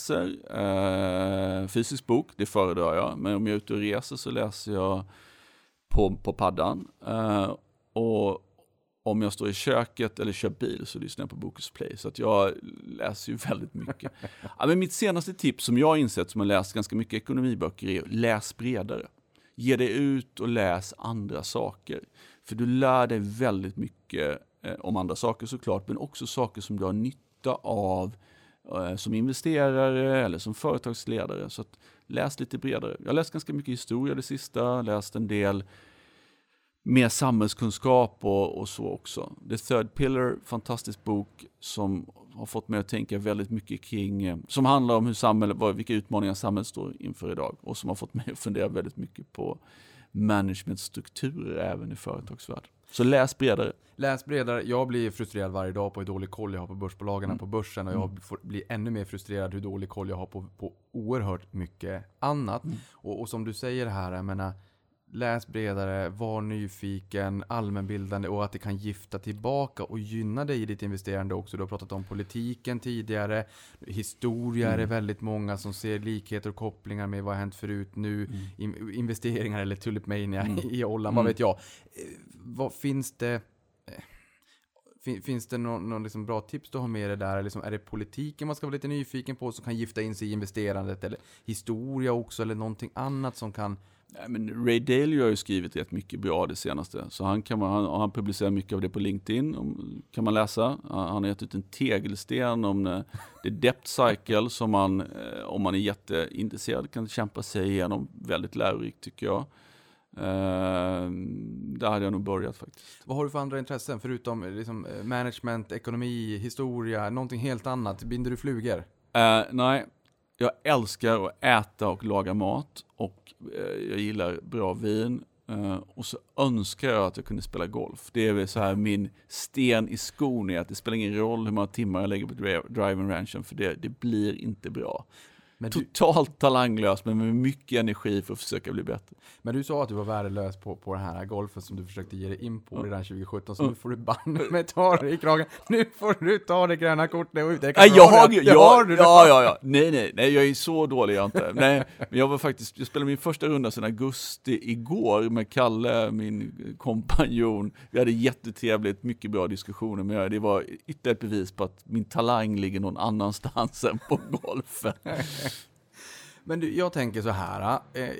läser fysisk bok, det föredrar jag. Men om jag är ute och reser så läser jag på paddan. Och om jag står i köket eller kör bil så lyssnar jag på Bokus Play. Så att jag läser ju väldigt mycket. Men mitt senaste tips som jag har insett, som har läst ganska mycket ekonomiböcker, är läs bredare. Ge dig ut och läs andra saker. För du lär dig väldigt mycket om andra saker såklart, men också saker som du har nytta av som investerare eller som företagsledare. Så att läs lite bredare. Jag har läst ganska mycket historia det sista, läst en del mer samhällskunskap och så också. The Third Pillar, fantastisk bok som har fått mig att tänka väldigt mycket kring, som handlar om vilka utmaningar samhället står inför idag, och som har fått mig att fundera väldigt mycket på managementstrukturer även i företagsvärlden. Så läs bredare. Läs bredare. Jag blir frustrerad varje dag på hur dålig koll jag har på börsbolagen på börsen, och jag blir ännu mer frustrerad hur dålig koll jag har på oerhört mycket annat. Och som du säger här, jag menar, läs bredare, var nyfiken, allmänbildande, och att det kan gifta tillbaka och gynna dig i ditt investerande också. Du har pratat om politiken tidigare. Historia är det väldigt många som ser likheter och kopplingar med vad har hänt förut nu. Investeringar eller tulipmania i Holland, vad vet jag. Vad finns det... Finns det någon liksom bra tips du har med det där? Liksom, är det politiken man ska vara lite nyfiken på som kan gifta in sig i investerandet, eller historia också, eller någonting annat som kan... Men Ray Dalio har ju skrivit rätt mycket bra det senaste. Så han publicerar mycket av det på LinkedIn. Kan man läsa. Han har gett ut en tegelsten om the debt cycle som man, om man är jätteintresserad, kan kämpa sig igenom. Väldigt lärorikt tycker jag. Där hade jag nog börjat faktiskt. Vad har du för andra intressen förutom liksom, management, ekonomi, historia, någonting helt annat? Binder du flugor? Nej, jag älskar att äta och laga mat, och jag gillar bra vin, och så önskar jag att jag kunde spela golf. Det är väl så här min sten i skon, är att det spelar ingen roll hur många timmar jag lägger på driving ranchen, för det blir inte bra. Men totalt talanglös, men med mycket energi för att försöka bli bättre. Men du sa att du var värdelös på den här golfen som du försökte ge dig in på redan 2017, så nu får du banne med ta dig i kragen. Nu får du ta det gröna kortet och ut. Ja. Nej, jag är så dålig jag inte. Nej, men jag spelade min första runda sedan augusti igår med Kalle, min kompanjon. Vi hade jättetrevligt, mycket bra diskussioner, men det var ytterligare ett bevis på att min talang ligger någon annanstans än på golfen. Men du, jag tänker så här.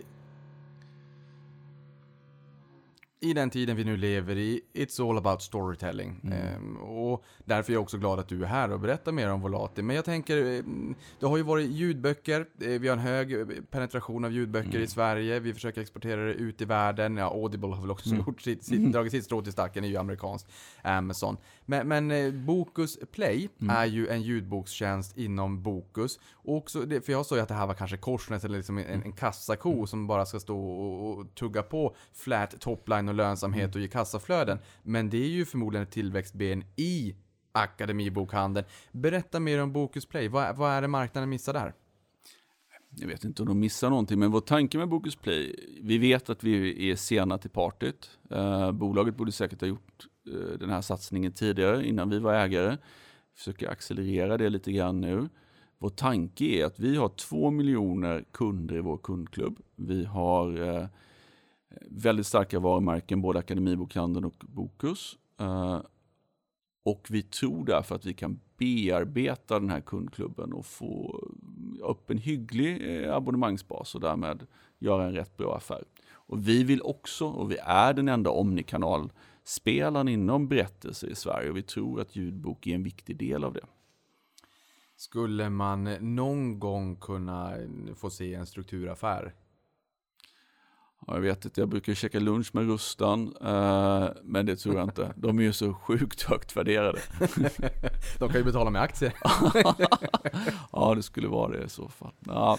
I den tiden vi nu lever i, it's all about storytelling. Och därför är jag också glad att du är här och berättar mer om Volati. Men jag tänker, det har ju varit ljudböcker. Vi har en hög penetration av ljudböcker i Sverige. Vi försöker exportera det ut i världen. Ja, Audible har väl också dragit sitt strå till stacken, är ju amerikanskt. Amazon. Men Bokus Play är ju en ljudbokstjänst inom Bokus. Och också för jag sa ju att det här var kanske korsnäs eller liksom en kassako som bara ska stå och tugga på flat topline och lönsamhet och ge kassaflöden. Men det är ju förmodligen ett tillväxtben i akademibokhandeln. Berätta mer om Bokus Play. Vad är det marknaden missar där? Jag vet inte om de missar någonting, men vår tanke med Bokus Play, vi vet att vi är sena till partyt. Bolaget borde säkert ha gjort den här satsningen tidigare, innan vi var ägare. Försöker accelerera det lite grann nu. Vår tanke är att vi har 2 miljoner kunder i vår kundklubb. Vi har väldigt starka varumärken, både Akademibokhandeln och Bokus. Och vi tror därför att vi kan bearbeta den här kundklubben och få upp en hygglig abonnemangsbas och därmed göra en rätt bra affär. Och vi vill också, och vi är den enda omnikanalspelaren inom berättelser i Sverige, och vi tror att ljudbok är en viktig del av det. Skulle man någon gång kunna få se en strukturaffär? Ja, jag vet inte, jag brukar käka lunch med Rustan, men det tror jag inte. De är ju så sjukt högt värderade. De kan ju betala med aktier. Ja, det skulle vara det i så fall. Ja.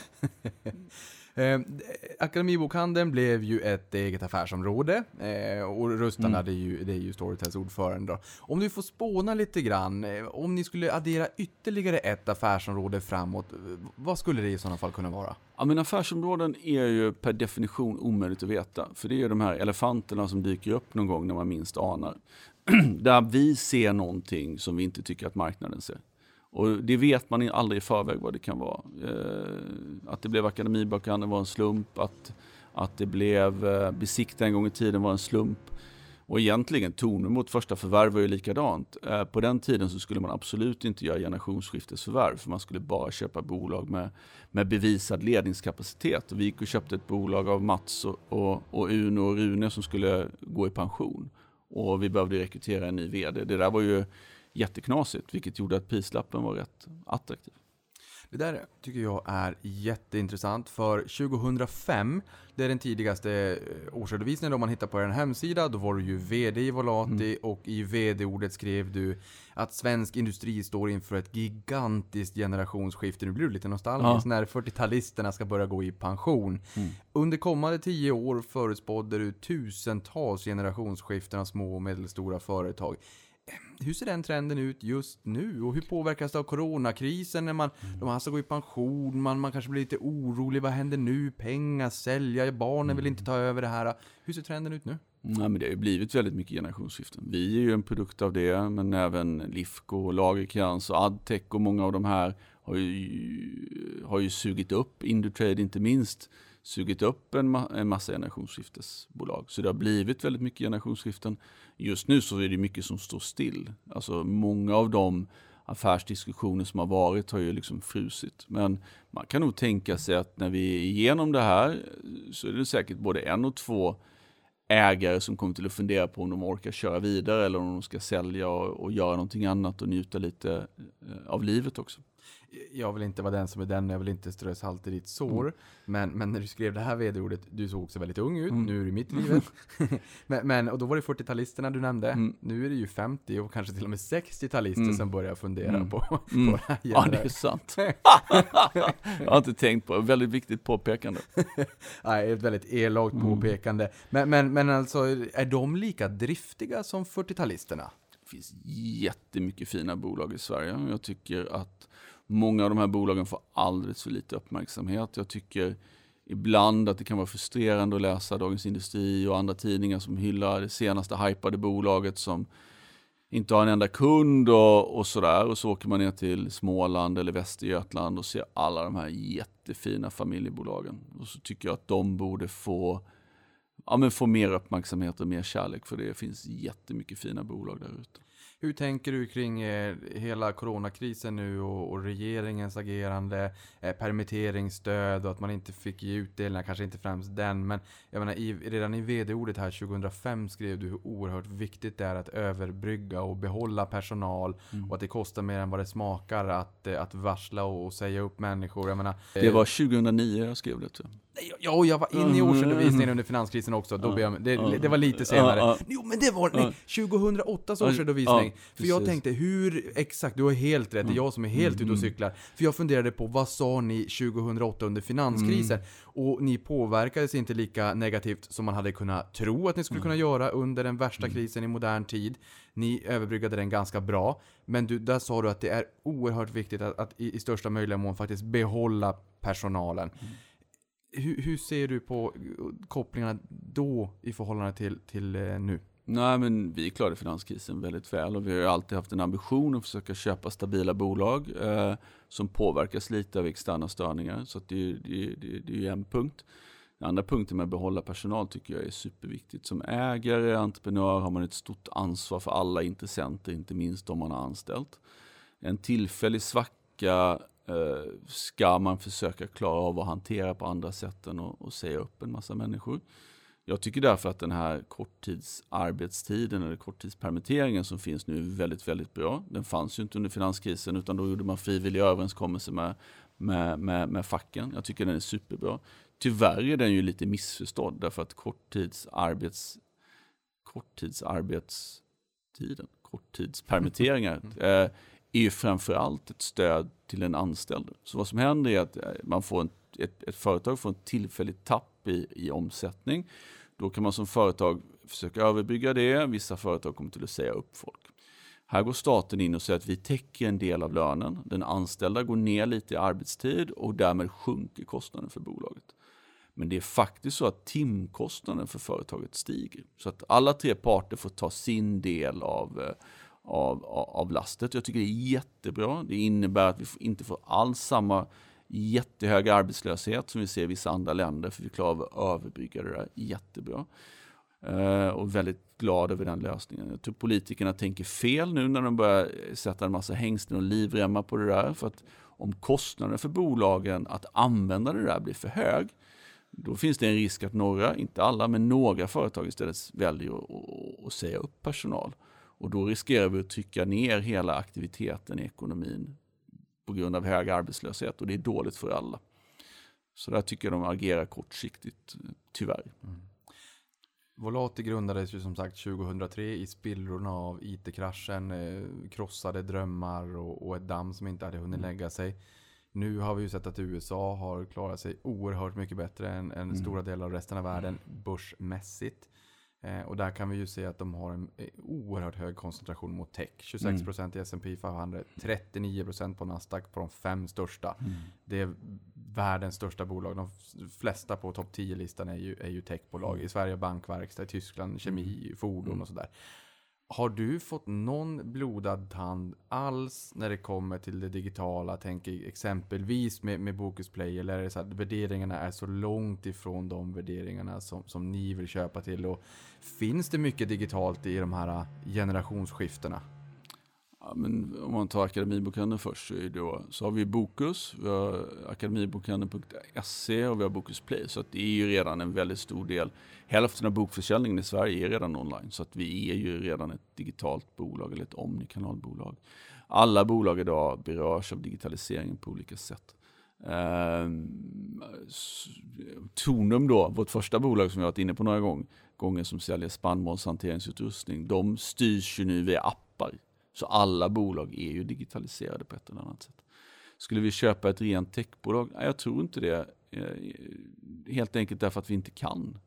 Akademibokhandeln blev ju ett eget affärsområde och Rustan det är ju Storytels ordförande då. Om du får spåna lite grann, om ni skulle addera ytterligare ett affärsområde framåt, vad skulle det i sådana fall kunna vara? Ja, men affärsområden är ju per definition omöjligt att veta. För det är ju de här elefanterna som dyker upp någon gång när man minst anar. Där vi ser någonting som vi inte tycker att marknaden ser. Och det vet man aldrig i förväg vad det kan vara. Att det blev Akademibokhandeln var en slump. Att det blev Besikta en gång i tiden var en slump. Och egentligen tonen mot första förvärv var ju likadant. På den tiden så skulle man absolut inte göra generationsskiftesförvärv. För man skulle bara köpa bolag med bevisad ledningskapacitet. Och vi gick och köpte ett bolag av Mats och Uno och Rune som skulle gå i pension. Och vi behövde rekrytera en ny vd. Det där var ju jätteknasigt, vilket gjorde att prislappen var rätt attraktiv. Det där tycker jag är jätteintressant, för 2005, det är den tidigaste årsredovisningen då man hittar på en hemsida. Då var du ju vd i Volati och i vd-ordet skrev du att svensk industri står inför ett gigantiskt generationsskifte. Nu blir du lite nostalgisk när 40-talisterna ska börja gå i pension. Under kommande 10 år förutspådde du tusentals generationsskiften av små och medelstora företag. Hur ser den trenden ut just nu och hur påverkas det av coronakrisen när de här ska gå i pension, man kanske blir lite orolig, vad händer nu, pengar, sälja, barnen vill inte ta över det här. Hur ser trenden ut nu? Nej, men det har ju blivit väldigt mycket generationsskiften. Vi är ju en produkt av det, men även Lifco, Lagercrantz och Adtech och många av de här har ju sugit upp, Indutrade inte minst, sugit upp en massa generationsskiftesbolag. Så det har blivit väldigt mycket generationsskiften. Just nu så är det mycket som står still. Alltså många av de affärsdiskussioner som har varit har ju liksom frusit. Men man kan nog tänka sig att när vi är igenom det här så är det säkert både 1 och 2 ägare som kommer till att fundera på om de orkar köra vidare eller om de ska sälja och göra någonting annat och njuta lite av livet också. Jag vill inte vara den som är den, jag vill inte strö salt i ditt sår. Men när du skrev det här vd-ordet, du såg också väldigt ung ut, nu är du mitt i livet. och då var det 40-talisterna du nämnde. Nu är det ju 50 och kanske till och med 60-talister som börjar fundera på det här. Ja, det är sant. Jag har inte tänkt på det. Väldigt viktigt påpekande. Nej, ett väldigt elakt påpekande. Men alltså, är de lika driftiga som 40-talisterna? Det finns jättemycket fina bolag i Sverige. Jag tycker att många av de här bolagen får alldeles för lite uppmärksamhet. Jag tycker ibland att det kan vara frustrerande att läsa Dagens Industri och andra tidningar som hyllar det senaste hypade bolaget som inte har en enda kund och sådär. Och så åker man ner till Småland eller Västergötland och ser alla de här jättefina familjebolagen. Och så tycker jag att de borde få mer uppmärksamhet och mer kärlek, för det finns jättemycket fina bolag där ute. Hur tänker du kring hela coronakrisen nu och regeringens agerande, permitteringsstöd och att man inte fick ge utdelningar, kanske inte främst den, men jag menar, redan i vd-ordet här 2005 skrev du hur oerhört viktigt det är att överbrygga och behålla personal och att det kostar mer än vad det smakar att varsla och säga upp människor. Jag menar, det var 2009 jag skrev det, tror jag. Ja, jag var inne i årsredovisningen under finanskrisen också. Då det var lite senare. Jo, men det var 2008 årsredovisning. För jag tänkte, exakt, du har helt rätt. Det är jag som är helt ute och cyklar. För jag funderade på, vad sa ni 2008 under finanskrisen? Och ni påverkades inte lika negativt som man hade kunnat tro att ni skulle kunna göra under den värsta krisen i modern tid. Ni överbryggade den ganska bra. Men där sa du att det är oerhört viktigt att i största möjliga mån faktiskt behålla personalen. Hur ser du på kopplingarna då i förhållande till nu? Nej, men vi klarade finanskrisen väldigt väl och vi har ju alltid haft en ambition att försöka köpa stabila bolag som påverkas lite av externa störningar. Så att det är ju en punkt. Den andra punkten med att behålla personal tycker jag är superviktigt. Som ägare, entreprenör har man ett stort ansvar för alla intressenter, inte minst om man har anställt. En tillfällig svacka ska man försöka klara av att hantera på andra sätt än att säga upp en massa människor. Jag tycker därför att den här korttidsarbetstiden eller korttidspermitteringen som finns nu är väldigt, väldigt bra. Den fanns ju inte under finanskrisen, utan då gjorde man frivilliga överenskommelser med facken. Jag tycker den är superbra. Tyvärr är den ju lite missförstådd därför att korttidspermitteringar är ju framförallt ett stöd till en anställd. Så vad som händer är att man får ett företag får en tillfällig tapp i omsättning. Då kan man som företag försöka överbygga det. Vissa företag kommer till att säga upp folk. Här går staten in och säger att vi täcker en del av lönen. Den anställda går ner lite i arbetstid och därmed sjunker kostnaden för bolaget. Men det är faktiskt så att timkostnaden för företaget stiger. Så att alla 3 parter får ta sin del av lastet. Jag tycker det är jättebra. Det innebär att vi inte får alls samma jättehög arbetslöshet som vi ser i vissa andra länder, för vi klarar av att överbrygga det där jättebra. Och väldigt glad över den lösningen. Jag tror politikerna tänker fel nu när de börjar sätta en massa hängslen och livremmar på det där, för att om kostnaden för bolagen att använda det där blir för hög, då finns det en risk att några, inte alla, men några företag istället väljer att säga upp personal. Och då riskerar vi att trycka ner hela aktiviteten i ekonomin på grund av hög arbetslöshet, och det är dåligt för alla. Så där tycker jag de agerar kortsiktigt, tyvärr. Volati grundades ju som sagt 2003 i spillrorna av IT-kraschen, krossade drömmar och ett damm som inte hade hunnit lägga sig. Nu har vi ju sett att USA har klarat sig oerhört mycket bättre än stora delar av resten av världen börsmässigt. Och där kan vi ju se att de har en oerhört hög koncentration mot tech. 26% i S&P 500, 39% på Nasdaq på de 5 största. Det är världens största bolag. De flesta på topp 10-listan är ju techbolag. I Sverige bankverkstad, i Tyskland kemi, fordon och sådär. Har du fått någon blodad tand alls när det kommer till det digitala? Tänker exempelvis med Bokusplay, eller är det så att värderingarna är så långt ifrån de värderingarna som ni vill köpa till? Och finns det mycket digitalt i de här generationsskiftena? Ja, men om man tar Akademibokhandeln först så har vi Bokus, vi har akademibokhandeln.se och vi har Bokusplay. Så att det är ju redan en väldigt stor del. Hälften av bokförsäljningen i Sverige är redan online. Så att vi är ju redan ett digitalt bolag eller ett omnikanalbolag. Alla bolag idag berörs av digitaliseringen på olika sätt. Tonum då, vårt första bolag som vi har varit inne på några gånger som säljer spannmålshanteringsutrustning, de styrs ju nu via appar. Så alla bolag är ju digitaliserade på ett eller annat sätt. Skulle vi köpa ett rent techbolag? Nej, jag tror inte det. Helt enkelt därför att vi inte kan.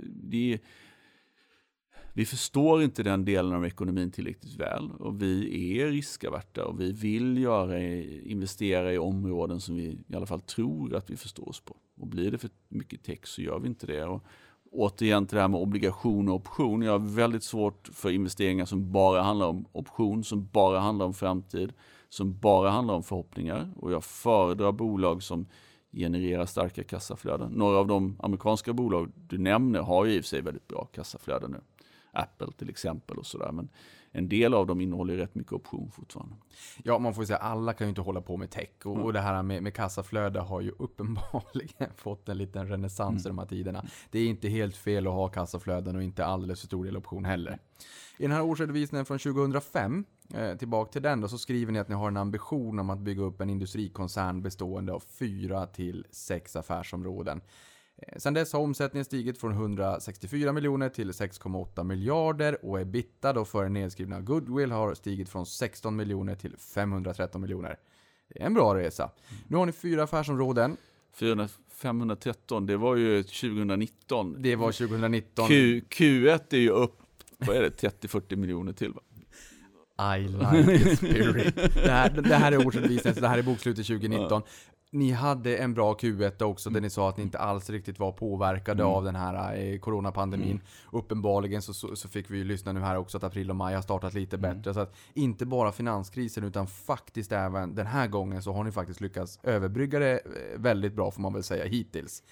Vi förstår inte den delen av ekonomin tillräckligt väl. Och vi är riskaverta och vi vill investera i områden som vi i alla fall tror att vi förstår oss på. Och blir det för mycket tech så gör vi inte det. Och återigen till det här med obligation och option. Jag har väldigt svårt för investeringar som bara handlar om option, som bara handlar om framtid, som bara handlar om förhoppningar. Och jag föredrar bolag som genererar starka kassaflöden. Några av de amerikanska bolag du nämner har ju i och för sig väldigt bra kassaflöden nu. Apple till exempel och sådär. Men en del av dem innehåller rätt mycket option fortfarande. Ja, man får ju säga alla kan ju inte hålla på med tech. Och det här med kassaflöde har ju uppenbarligen fått en liten renässans i de här tiderna. Det är inte helt fel att ha kassaflöden och inte alldeles för stor del option heller. I den här årsredovisningen från 2005, tillbaka till den då, så skriver ni att ni har en ambition om att bygga upp en industrikoncern bestående av 4 till 6 affärsområden. Sen dess har omsättningen stigit från 164 miljoner till 6,8 miljarder och EBITDA då för nedskrivna goodwill har stigit från 16 miljoner till 513 miljoner. Det är en bra resa. Nu har ni 4 affärsområden. 513, det var ju 2019. Det var 2019. Q1 är ju upp, vad är det, 30-40 miljoner till va? I like it spirit. Det här är årsredovisningen, så det här är bokslutet 2019. Ni hade en bra Q1 också där ni sa att ni inte alls riktigt var påverkade av den här coronapandemin. Uppenbarligen så fick vi ju lyssna nu här också att april och maj har startat lite bättre. Så att inte bara finanskrisen utan faktiskt även den här gången så har ni faktiskt lyckats överbrygga det väldigt bra får man väl säga hittills.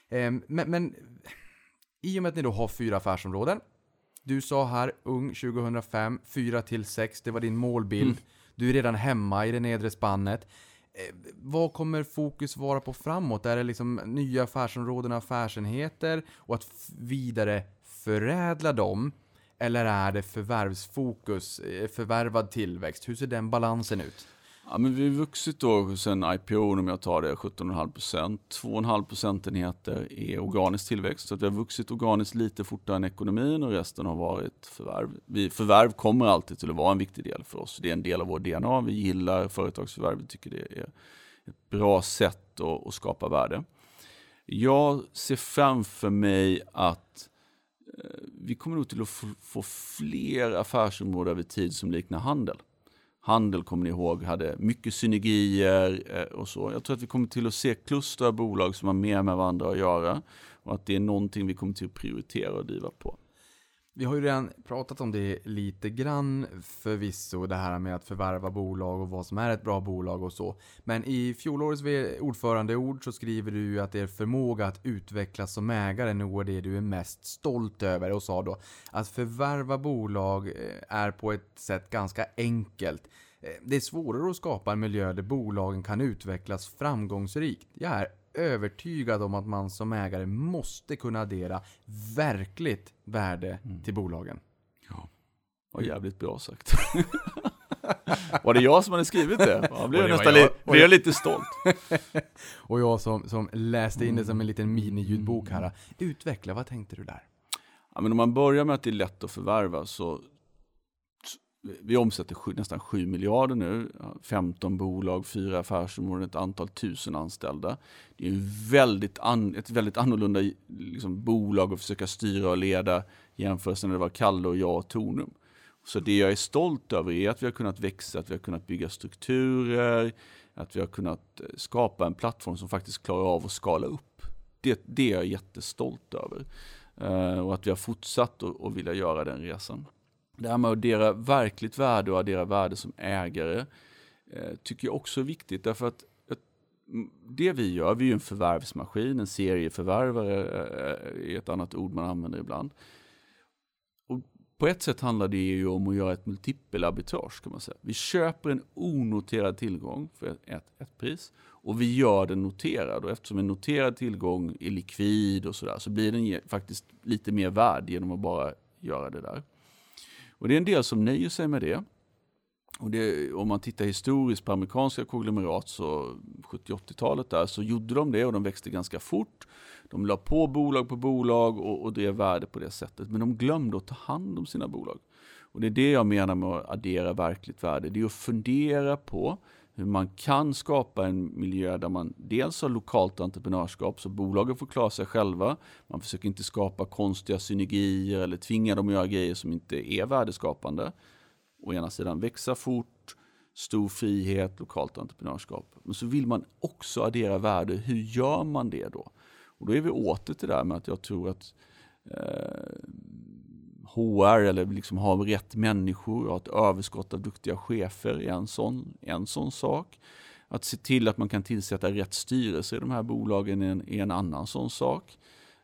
Men i och med att ni då har 4 affärsområden. Du sa här, ung 2005, 4-6, det var din målbild. Du är redan hemma i det nedre spannet. Vad kommer fokus vara på framåt? Är det liksom nya affärsområden och affärsenheter och att vidare förädla dem? Eller är det förvärvsfokus, förvärvad tillväxt? Hur ser den balansen ut? Ja, men vi har vuxit då sen IPO, om jag tar det, 17,5%. 2,5 procentenheter är organisk tillväxt. Så att vi har vuxit organiskt lite fortare än ekonomin och resten har varit förvärv. Förvärv kommer alltid till att vara en viktig del för oss. Det är en del av vår DNA. Vi gillar företagsförvärv. Vi tycker det är ett bra sätt att skapa värde. Jag ser framför mig att vi kommer nog till att få fler affärsområden över tid som liknar handel. Handel, kommer ni ihåg, hade mycket synergier och så. Jag tror att vi kommer till att se kluster av bolag som har mer med varandra att göra. Och att det är någonting vi kommer till att prioritera och driva på. Vi har ju redan pratat om det lite grann förvisso, det här med att förvärva bolag och vad som är ett bra bolag och så. Men i fjolårets ordförandeord så skriver du ju att er förmåga att utvecklas som ägare nog är det du är mest stolt över, och sa då att förvärva bolag är på ett sätt ganska enkelt. Det är svårare att skapa en miljö där bolagen kan utvecklas framgångsrikt. Jag är övertygad om att man som ägare måste kunna addera verkligt värde till bolagen. Ja, vad jävligt bra sagt. Var det jag som hade skrivit det? Jag blev nästan lite stolt. Och jag som läste in det som en liten mini-ljudbok här. Utveckla, vad tänkte du där? Ja, men om man börjar med att det är lätt att förvärva, så vi omsätter nästan 7 miljarder nu. 15 bolag, 4 affärsområden, ett antal tusen anställda. Det är ett väldigt annorlunda liksom, bolag att försöka styra och leda jämfört när det var Kalle och jag och Tornum. Så det jag är stolt över är att vi har kunnat växa, att vi har kunnat bygga strukturer, att vi har kunnat skapa en plattform som faktiskt klarar av att skala upp. Det är jag jättestolt över. Och att vi har fortsatt att vilja göra den resan. Det här med att addera verkligt värde och addera värde som ägare tycker jag också är viktigt. Därför att det vi gör, vi är ju en förvärvsmaskin, en serieförvärvare är ett annat ord man använder ibland. Och på ett sätt handlar det ju om att göra ett multipelarbitrage, kan man säga. Vi köper en onoterad tillgång för ett pris och vi gör den noterad. Och eftersom en noterad tillgång är likvid och sådär, så blir den faktiskt lite mer värd genom att bara göra det där. Och det är en del som nöjer sig med det. Och om man tittar historiskt på amerikanska konglomerat, så 70-80-talet där, så gjorde de det och de växte ganska fort. De la på bolag och drev värde på det sättet. Men de glömde att ta hand om sina bolag. Och det är det jag menar med att addera verkligt värde. Det är att fundera på hur man kan skapa en miljö där man dels har lokalt entreprenörskap, så bolagen får klara sig själva. Man försöker inte skapa konstiga synergier eller tvinga dem att göra grejer som inte är värdeskapande. Å ena sidan växa fort, stor frihet, lokalt entreprenörskap. Men så vill man också addera värde. Hur gör man det då? Och då är vi åter till det där med att jag tror att HR eller liksom ha rätt människor och ett överskott av duktiga chefer är en sån sak. Att se till att man kan tillsätta rätt styrelse i de här bolagen är en annan sån sak.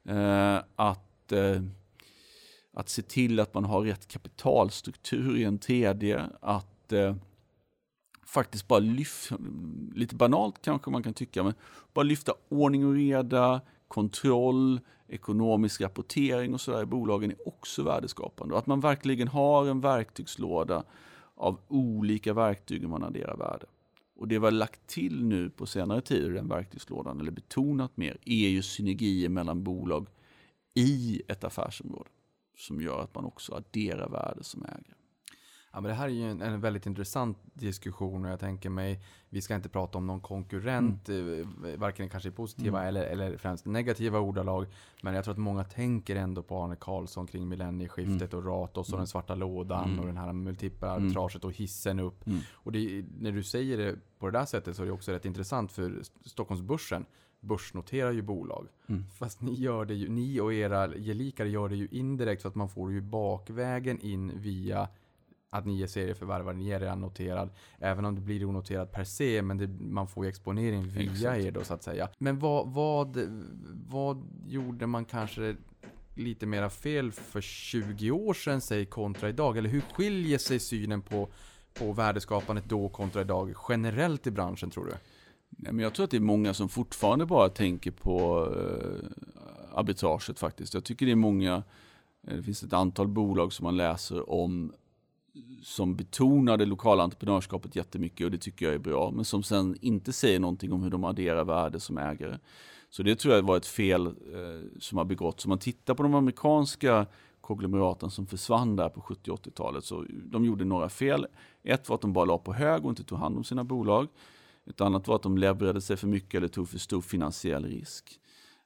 Att se till att man har rätt kapitalstruktur i en tredje. Att faktiskt bara lite banalt kanske man kan tycka, men bara lyfta ordning och reda, kontroll, ekonomisk rapportering och sådär i bolagen är också värdeskapande. Och att man verkligen har en verktygslåda av olika verktyg man adderar värde. Och det vi har lagt till nu på senare tid i den verktygslådan, eller betonat mer, är ju synergier mellan bolag i ett affärsområde som gör att man också adderar värde som ägare. Ja, men det här är ju en väldigt intressant diskussion, och jag tänker mig, vi ska inte prata om någon konkurrent, varken kanske i positiva eller främst negativa ordalag, men jag tror att många tänker ändå på Arne Karlsson kring millennieskiftet och Ratos och den svarta lådan och den här multipla arbitraget och hissen upp. Och när du säger det på det där sättet så är det också rätt intressant, för Stockholmsbörsen börsnoterar ju bolag. Fast ni och era gelikare gör det ju indirekt, så att man får ju bakvägen in via att ni är serieförvärvare, ni är redan noterad. Även om det blir onoterat per se, men man får ju exponering via er då så att säga. Men vad gjorde man kanske lite mera fel för 20 år sedan, säg, kontra idag? Eller hur skiljer sig synen på värdeskapandet då kontra idag generellt i branschen, tror du? Nej, men jag tror att det är många som fortfarande bara tänker på arbitraget faktiskt. Jag tycker det är många, det finns ett antal bolag som man läser om som betonar det lokala entreprenörskapet jättemycket, och det tycker jag är bra, men som sen inte säger någonting om hur de adderar värde som ägare. Så det tror jag var ett fel som har begåtts. Om man tittar på de amerikanska konglomeraten som försvann där på 70- 80-talet, så de gjorde några fel. Ett var att de bara la på hög och inte tog hand om sina bolag. Ett annat var att de levererade sig för mycket eller tog för stor finansiell risk.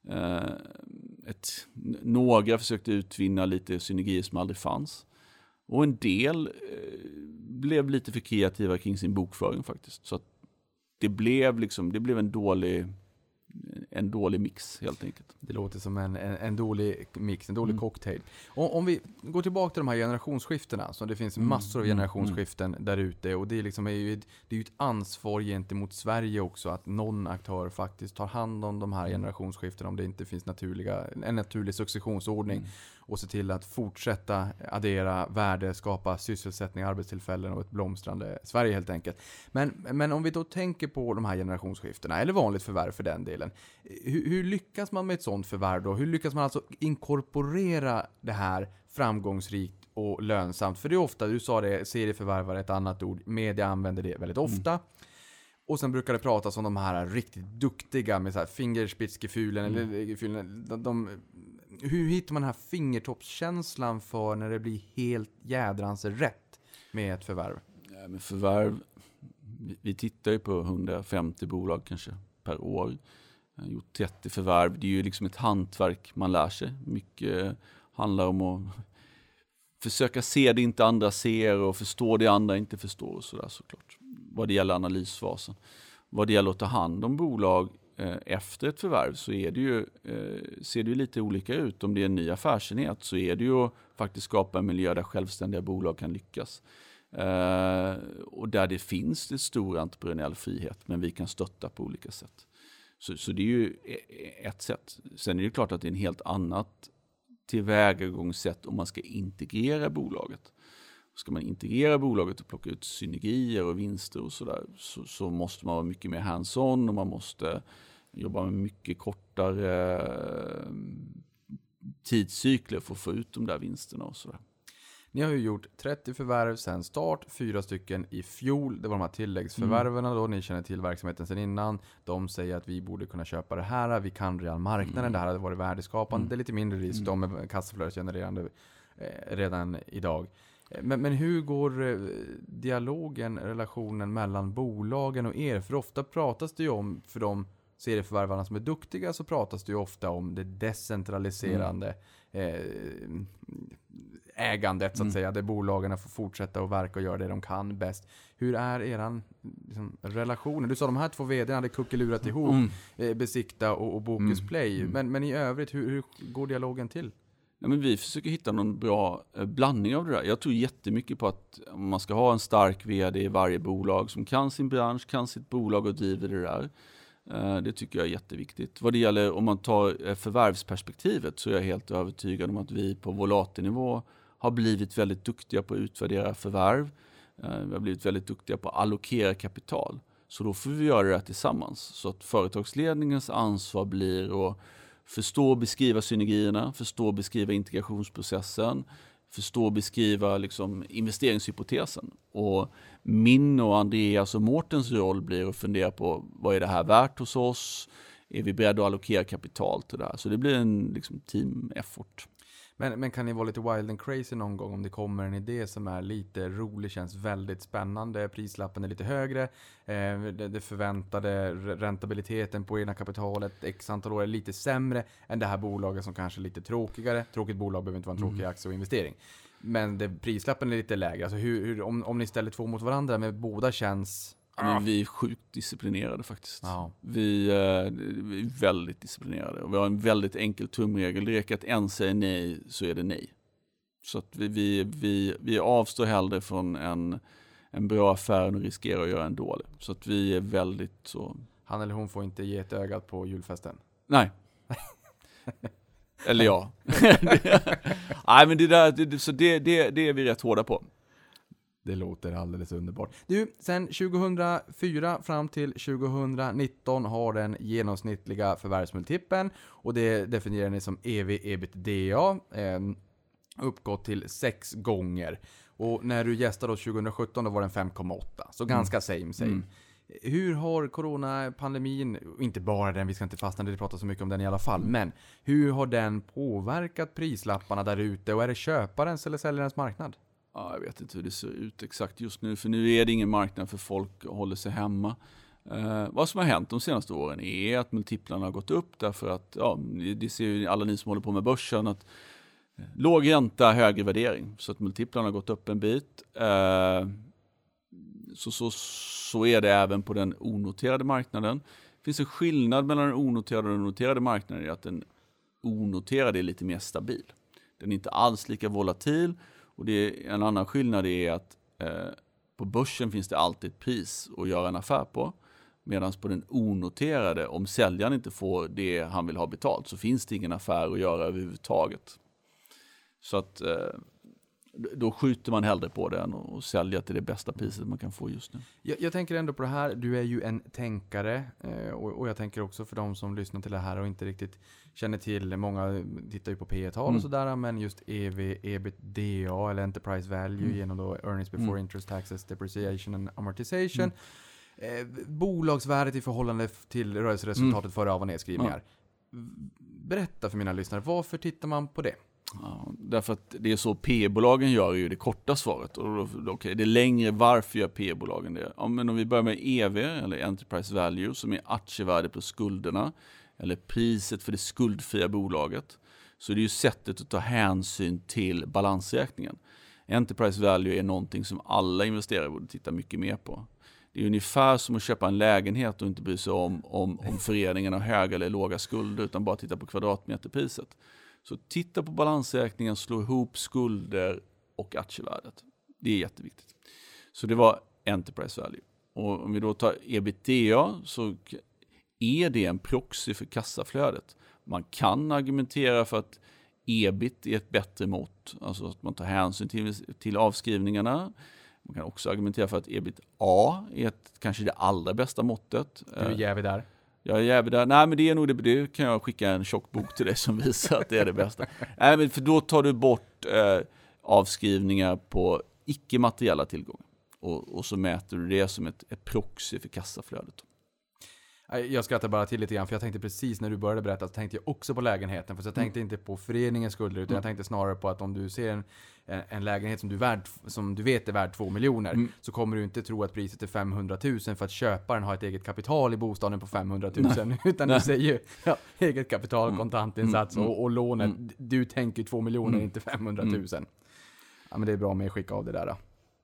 Några försökte utvinna lite synergier som aldrig fanns. Och en del blev lite för kreativa kring sin bokföring faktiskt. Så att det blev en dålig mix helt enkelt. Det låter som en dålig mix, en dålig cocktail. Och om vi går tillbaka till de här generationsskiftena, så det finns massor av generationsskiften där ute, och det är ju ett ansvar gentemot Sverige också att någon aktör faktiskt tar hand om de här generationsskiftena, om det inte finns en naturlig successionsordning, och se till att fortsätta addera värde, skapa sysselsättning, arbetstillfällen och ett blomstrande Sverige helt enkelt. Men om vi då tänker på de här generationsskiftena, eller vanligt förvärv för den delen, hur lyckas man med ett sånt förvärv då? Hur lyckas man alltså inkorporera det här framgångsrikt och lönsamt? För det är ofta, du sa det, serieförvärvare, ett annat ord, media använder det väldigt ofta. Och sen brukar det pratas om de här riktigt duktiga med så här fingerspitzgefühlen eller gefühlen. Hur hittar man den här fingertoppskänslan för när det blir helt jädrans rätt med ett förvärv? Ja, med förvärv, vi tittar ju på 150 bolag kanske per år. Jag har gjort 30 förvärv. Det är ju liksom ett hantverk man lär sig. Mycket handlar om att försöka se det inte andra ser och förstå det andra inte förstår och sådär, såklart. Vad det gäller analysfasen. Vad det gäller att ta hand om bolag efter ett förvärv, så är det ju, ser det ju lite olika ut. Om det är en ny affärsenhet, så är det ju att faktiskt skapa en miljö där självständiga bolag kan lyckas. Och där det finns en stor entreprenöriell frihet, men vi kan stötta på olika sätt. Så det är ju ett sätt. Sen är det klart att det är en helt annat tillvägagångssätt om man ska integrera bolaget. Ska man integrera bolaget och plocka ut synergier och vinster och sådär, så måste man vara mycket mer hands-on, och man måste jobba med mycket kortare tidscykler för att få ut de där vinsterna och sådär. Ni har ju gjort 30 förvärv sedan start, 4 stycken i fjol. Det var de här tilläggsförvärven då. Ni känner till verksamheten sedan innan. De säger att vi borde kunna köpa det här. Vi kan redan marknaden. Det här hade varit värdeskapande. Det är lite mindre risk. De är kassaflödesgenererande redan idag. Men hur går dialogen, relationen mellan bolagen och er? För ofta pratas det ju om, för de serieförvärvarna som är duktiga, så pratas det ju ofta om det decentraliserande ägandet så att säga, där bolagen får fortsätta att verka och göra det de kan bäst. Hur är eran relation? Du sa de här 2 vd:arna hade kuckelurat ihop Besikta och Bokus Play. Men i övrigt, hur går dialogen till? Ja, men vi försöker hitta någon bra blandning av det där. Jag tror jättemycket på att man ska ha en stark vd i varje bolag som kan sin bransch, kan sitt bolag och driver det där. Det tycker jag är jätteviktigt. Vad det gäller, om man tar förvärvsperspektivet, så är jag helt övertygad om att vi på Volati-nivå har blivit väldigt duktiga på att utvärdera förvärv. Vi har blivit väldigt duktiga på att allokera kapital. Så då får vi göra det tillsammans. Så att företagsledningens ansvar blir att förstå och beskriva synergierna, förstå och beskriva integrationsprocessen, förstå och beskriva liksom investeringshypotesen. Och min och Andreas och Mårtens roll blir att fundera på, vad är det här värt hos oss? Är vi beredda att allokera kapital till det här? Så det blir en liksom team effort. Men kan ni vara lite wild and crazy någon gång om det kommer en idé som är lite rolig, känns väldigt spännande, prislappen är lite högre, det förväntade räntabiliteten på egna kapitalet x antal år är lite sämre än det här bolaget som kanske är lite tråkigare. Tråkigt bolag behöver inte vara en tråkig aktie och investering. Men prislappen är lite lägre. Alltså om ni ställer 2 mot varandra, men båda känns... Men vi är sjukt disciplinerade faktiskt. Ja. Vi är väldigt disciplinerade. Och vi har en väldigt enkel tumregel. Det räcker att en säger nej, så är det nej. Så att vi avstår hellre från en bra affär än riskerar att göra en dålig. Så att vi är väldigt så... Han eller hon får inte ge ett ögat på julfesten. Nej. Eller ja. Nej, men det är vi rätt hårda på. Det låter alldeles underbart. Du, sen 2004 fram till 2019 har den genomsnittliga förvärvsmultipeln, och det definierar ni som EV/EBITDA, uppgått till 6 gånger. Och när du gästade oss 2017 då var den 5,8. Så ganska same. Hur har coronapandemin, inte bara den, vi ska inte fastna, det pratar så mycket om den i alla fall, men hur har den påverkat prislapparna där ute, och är det köparens eller säljarens marknad? Ja, jag vet inte hur det ser ut exakt just nu, för nu är det ingen marknad för folk att hålla sig hemma. Vad som har hänt de senaste åren är att multiplarna har gått upp därför att, det ser ju alla ni som håller på med börsen, att låg ränta, högre värdering. Så att multiplarna har gått upp en bit. Så är det även på den onoterade marknaden. Det finns en skillnad mellan den onoterade och den noterade marknaden, i att den onoterade är lite mer stabil. Den är inte alls lika volatil, och det är en annan skillnad är att på börsen finns det alltid ett pris att göra en affär på. Medan på den onoterade, om säljaren inte får det han vill ha betalt, så finns det ingen affär att göra överhuvudtaget. Så att då skjuter man hellre på den och säljer till det bästa priset man kan få just nu. Jag tänker ändå på det här, du är ju en tänkare, och jag tänker också för de som lyssnar till det här och inte riktigt känner till, många tittar ju på P/E-tal och sådär, men just EV/EBITDA eller Enterprise Value genom då Earnings Before Interest, Taxes, Depreciation and Amortization. Bolagsvärdet i förhållande till rörelseresultatet före av- och nedskrivningar. Berätta för mina lyssnare, varför tittar man på det? Ja, därför att det är så P-bolagen gör ju det korta svaret. Och okej, det längre, varför gör P-bolagen det? Ja, men om vi börjar med EV eller Enterprise Value, som är aktievärde plus skulderna, eller priset för det skuldfria bolaget, så är det ju sättet att ta hänsyn till balansräkningen. Enterprise Value är någonting som alla investerare borde titta mycket mer på. Det är ungefär som att köpa en lägenhet och inte bry sig om föreningen har höga eller låga skulder, utan bara titta på kvadratmeterpriset. Så titta på balansräkningen, slå ihop skulder och aktievärdet. Det är jätteviktigt. Så det var Enterprise Value. Och om vi då tar EBITDA, så är det en proxy för kassaflödet. Man kan argumentera för att EBIT är ett bättre mått, alltså att man tar hänsyn till avskrivningarna. Man kan också argumentera för att EBITDA är kanske det allra bästa måttet. Du är jävig där. Jag är jävlig där. Nej, men det är nog det kan jag skicka en tjock bok till dig som visar att det är det bästa. Nej, men för då tar du bort avskrivningar på icke-materiella tillgångar. Och så mäter du det som ett proxy för kassaflödet. Jag skrattar bara till lite grann, för jag tänkte precis när du började berätta, så tänkte jag också på lägenheten. För jag tänkte inte på föreningens skulder, utan jag tänkte snarare på att om du ser en lägenhet som du vet är värd 2 miljoner, så kommer du inte tro att priset är 500 000 för att köparen har ett eget kapital i bostaden på 500 000. Utan du säger ju eget kapital, kontantinsats och lånet. Du tänker 2 miljoner, inte 500 000. Ja, men det är bra med att skicka av det där då.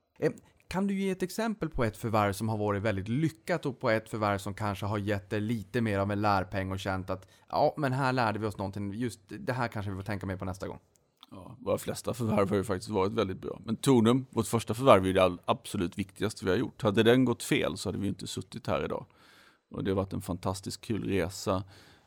Kan du ge ett exempel på ett förvärv som har varit väldigt lyckat, och på ett förvärv som kanske har gett dig lite mer av en lärpeng och känt att men här lärde vi oss någonting, just det här kanske vi får tänka mer på nästa gång? Ja, våra flesta förvärv har ju faktiskt varit väldigt bra. Men Tornum, vårt första förvärv, är det absolut viktigaste vi har gjort. Hade den gått fel så hade vi inte suttit här idag. Och det har varit en fantastiskt kul resa.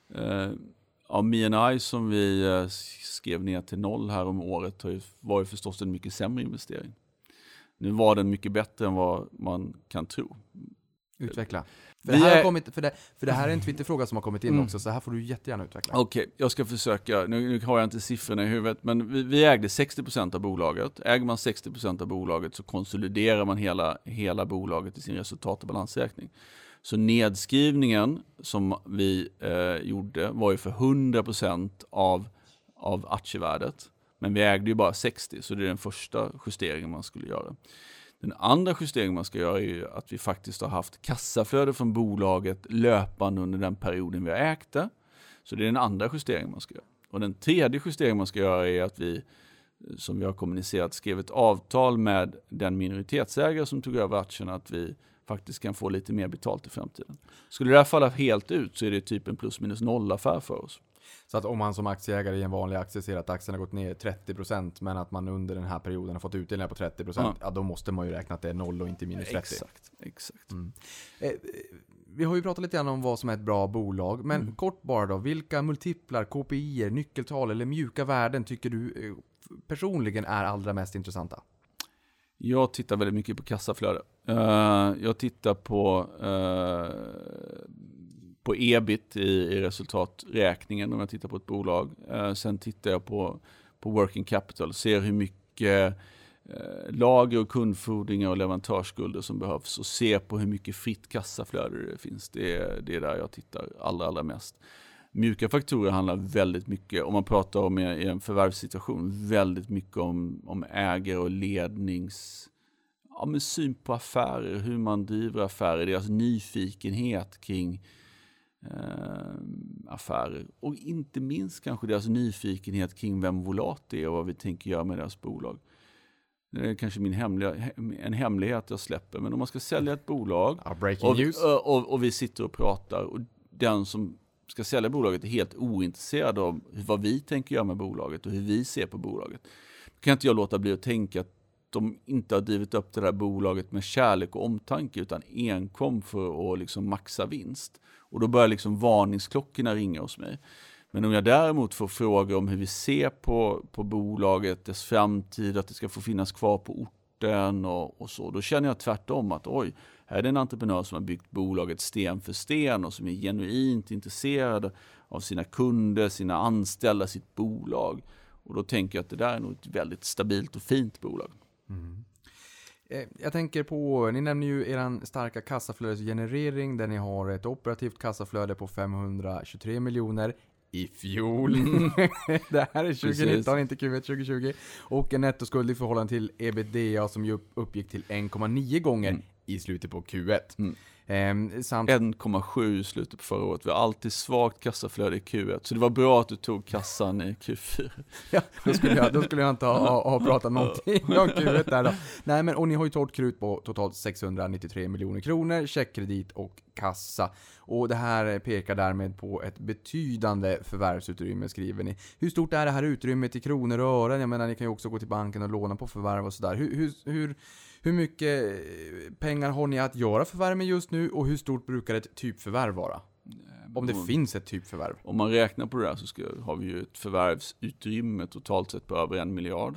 Me&I som vi skrev ner till 0 här om året var ju förstås en mycket sämre investering. Nu var den mycket bättre än vad man kan tro. Utveckla. För det här är en Twitterfråga som har kommit in också, så här får du jättegärna utveckla. Okej, jag ska försöka. Nu har jag inte siffrorna i huvudet, men vi ägde 60% av bolaget. Äger man 60% av bolaget så konsoliderar man hela bolaget i sin resultat- och balansräkning. Så nedskrivningen som vi gjorde var ju för 100% av aktievärdet. Men vi ägde ju bara 60, så det är den första justeringen man skulle göra. Den andra justeringen man ska göra är ju att vi faktiskt har haft kassaflöde från bolaget löpande under den perioden vi har ägt det. Så det är den andra justeringen man ska göra. Och den tredje justeringen man ska göra är att vi, som vi har kommunicerat, skrev ett avtal med den minoritetsägare som tog över aktierna, att vi faktiskt kan få lite mer betalt i framtiden. Skulle det här falla helt ut så är det typ en plus minus noll affär för oss. Så att om man som aktieägare i en vanlig aktie ser att aktien har gått ner 30% men att man under den här perioden har fått utdelningar på 30%, ja, då måste man ju räkna att det är 0 och inte minus 30. Exakt. Vi har ju pratat lite grann om vad som är ett bra bolag, men kort bara då, vilka multiplar, KPI:er, nyckeltal eller mjuka värden tycker du personligen är allra mest intressanta? Jag tittar väldigt mycket på kassaflöde. Jag tittar på EBIT i resultaträkningen om jag tittar på ett bolag. Sen tittar jag på working capital, ser hur mycket lager och kundfordringar och leverantörsskulder som behövs och ser på hur mycket fritt kassaflöde det finns. Det är där jag tittar allra mest. Mjuka faktorer handlar väldigt mycket, om man pratar om i en förvärvssituation, väldigt mycket om ägare och lednings syn på affärer, hur man driver affärer, deras nyfikenhet kring affärer och inte minst kanske deras nyfikenhet kring vem Volat är och vad vi tänker göra med deras bolag. Det är kanske en hemlighet jag släpper, men om man ska sälja ett bolag och vi sitter och pratar och den som ska sälja bolaget är helt ointresserad av vad vi tänker göra med bolaget och hur vi ser på bolaget, då kan inte jag låta bli att tänka att de inte har drivit upp det där bolaget med kärlek och omtanke utan enkom för att liksom maxa vinst. Och då börjar liksom varningsklockorna ringa hos mig. Men om jag däremot får frågor om hur vi ser på bolaget, dess framtid, att det ska få finnas kvar på orten och så, då känner jag tvärtom att här är det en entreprenör som har byggt bolaget sten för sten och som är genuint intresserad av sina kunder, sina anställda, sitt bolag. Och då tänker jag att det där är nog ett väldigt stabilt och fint bolag. Jag tänker på, ni nämner ju eran starka kassaflödesgenerering där ni har ett operativt kassaflöde på 523 miljoner i fjol. Det här är 2019, precis. Inte Q1 2020. Och en nettoskuld i förhållande till EBITDA som ju uppgick till 1,9 gånger i slutet på Q1. Samt 1,7 i slutet på förra året. Vi har alltid svagt kassaflöde i Q1. Så det var bra att du tog kassan i Q4. Ja, då skulle jag inte ha pratat någonting om Q1 där då. Nej, men och ni har ju tagit krut på totalt 693 miljoner kronor, checkkredit och kassa. Och det här pekar därmed på ett betydande förvärvsutrymme, skriver ni. Hur stort är det här utrymmet i kronor och ören? Jag menar, ni kan ju också gå till banken och låna på förvärv och sådär. Hur mycket pengar har ni att göra förvärv med just nu och hur stort brukar ett typförvärv vara? Om det finns ett typförvärv. Om man räknar på det här så har vi ju ett förvärvsutrymme totalt sett på över 1 miljard.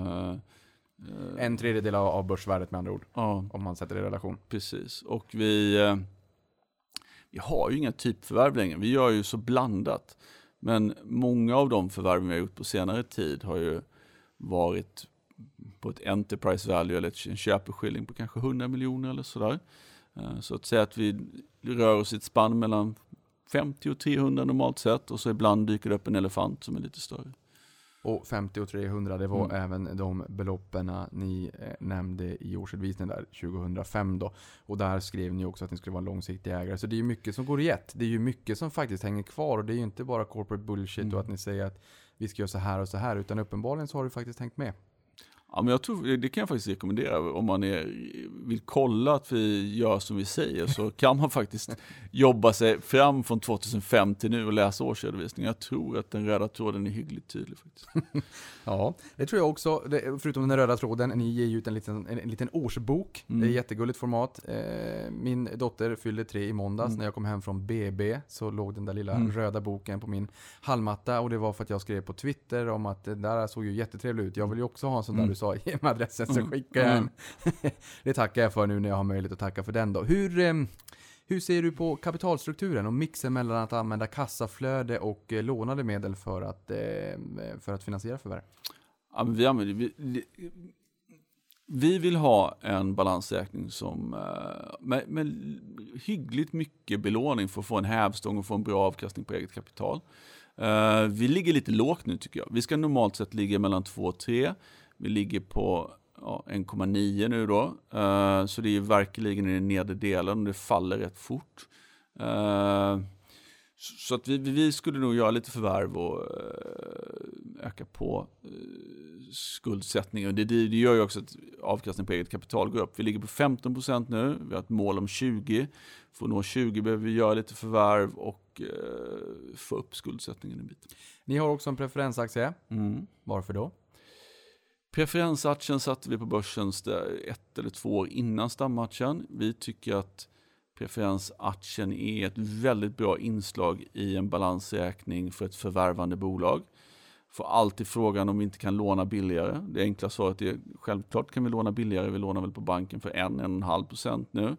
En tredjedel av börsvärdet med andra ord. Ja. Om man sätter det i relation. Precis. Och vi har ju inga typförvärv längre. Vi gör ju så blandat. Men många av de förvärv vi har gjort på senare tid har ju varit på ett enterprise value eller en köpeskilling på kanske 100 miljoner eller sådär. Så att säga att vi rör oss i ett spann mellan 50 och 300 normalt sett och så ibland dyker det upp en elefant som är lite större. Och 50 och 300, det var även de beloppen ni nämnde i årsredovisningen där 2005 då. Och där skrev ni också att ni skulle vara en långsiktig ägare. Så det är ju mycket som går rätt. Det är ju mycket som faktiskt hänger kvar och det är ju inte bara corporate bullshit och att ni säger att vi ska göra så här och så här, utan uppenbarligen så har du faktiskt tänkt med. Ja, men jag tror, det kan jag faktiskt rekommendera. Om man vill kolla att vi gör som vi säger så kan man faktiskt jobba sig fram från 2005 till nu och läsa årsredovisningen. Jag tror att den röda tråden är hyggligt tydlig faktiskt. Ja, det tror jag också. Förutom den röda tråden, ni ger ut en liten årsbok. Det är jättegulligt format. Min dotter fyllde 3 i måndags. När jag kom hem från BB så låg den där lilla röda boken på min hallmatta. Och det var för att jag skrev på Twitter om att det där såg ju jättetrevligt ut. Jag vill ju också ha en sån där du sa, ge mig adressen så skickar jag en. Det tackar jag för nu när jag har möjlighet att tacka för den då. Hur ser du på kapitalstrukturen och mixen mellan att använda kassaflöde och lånade medel för att finansiera förvärv? Ja, men vi vill ha en balansräkning som med hyggligt mycket belåning för att få en hävstång och få en bra avkastning på eget kapital. Vi ligger lite lågt nu tycker jag. Vi ska normalt sett ligga mellan 2 och 3. Vi ligger på 1,9 nu då. Så det är verkligen i den nedre delen och det faller rätt fort. Så att vi skulle nog göra lite förvärv och öka på skuldsättningen. Det gör ju också att avkastningen på eget kapital går upp. Vi ligger på 15% nu. Vi har ett mål om 20. För att nå 20 behöver vi göra lite förvärv och och få upp skuldsättningen en bit. Ni har också en preferensaktie. Mm. Varför då? Preferensaktien satte vi på börsen 1 eller 2 år innan stammatchen. Vi tycker att preferensaktien är ett väldigt bra inslag i en balansräkning för ett förvärvande bolag. Får alltid frågan om vi inte kan låna billigare. Det enkla svaret är självklart kan vi låna billigare. Vi lånar väl på banken för 1,5% nu.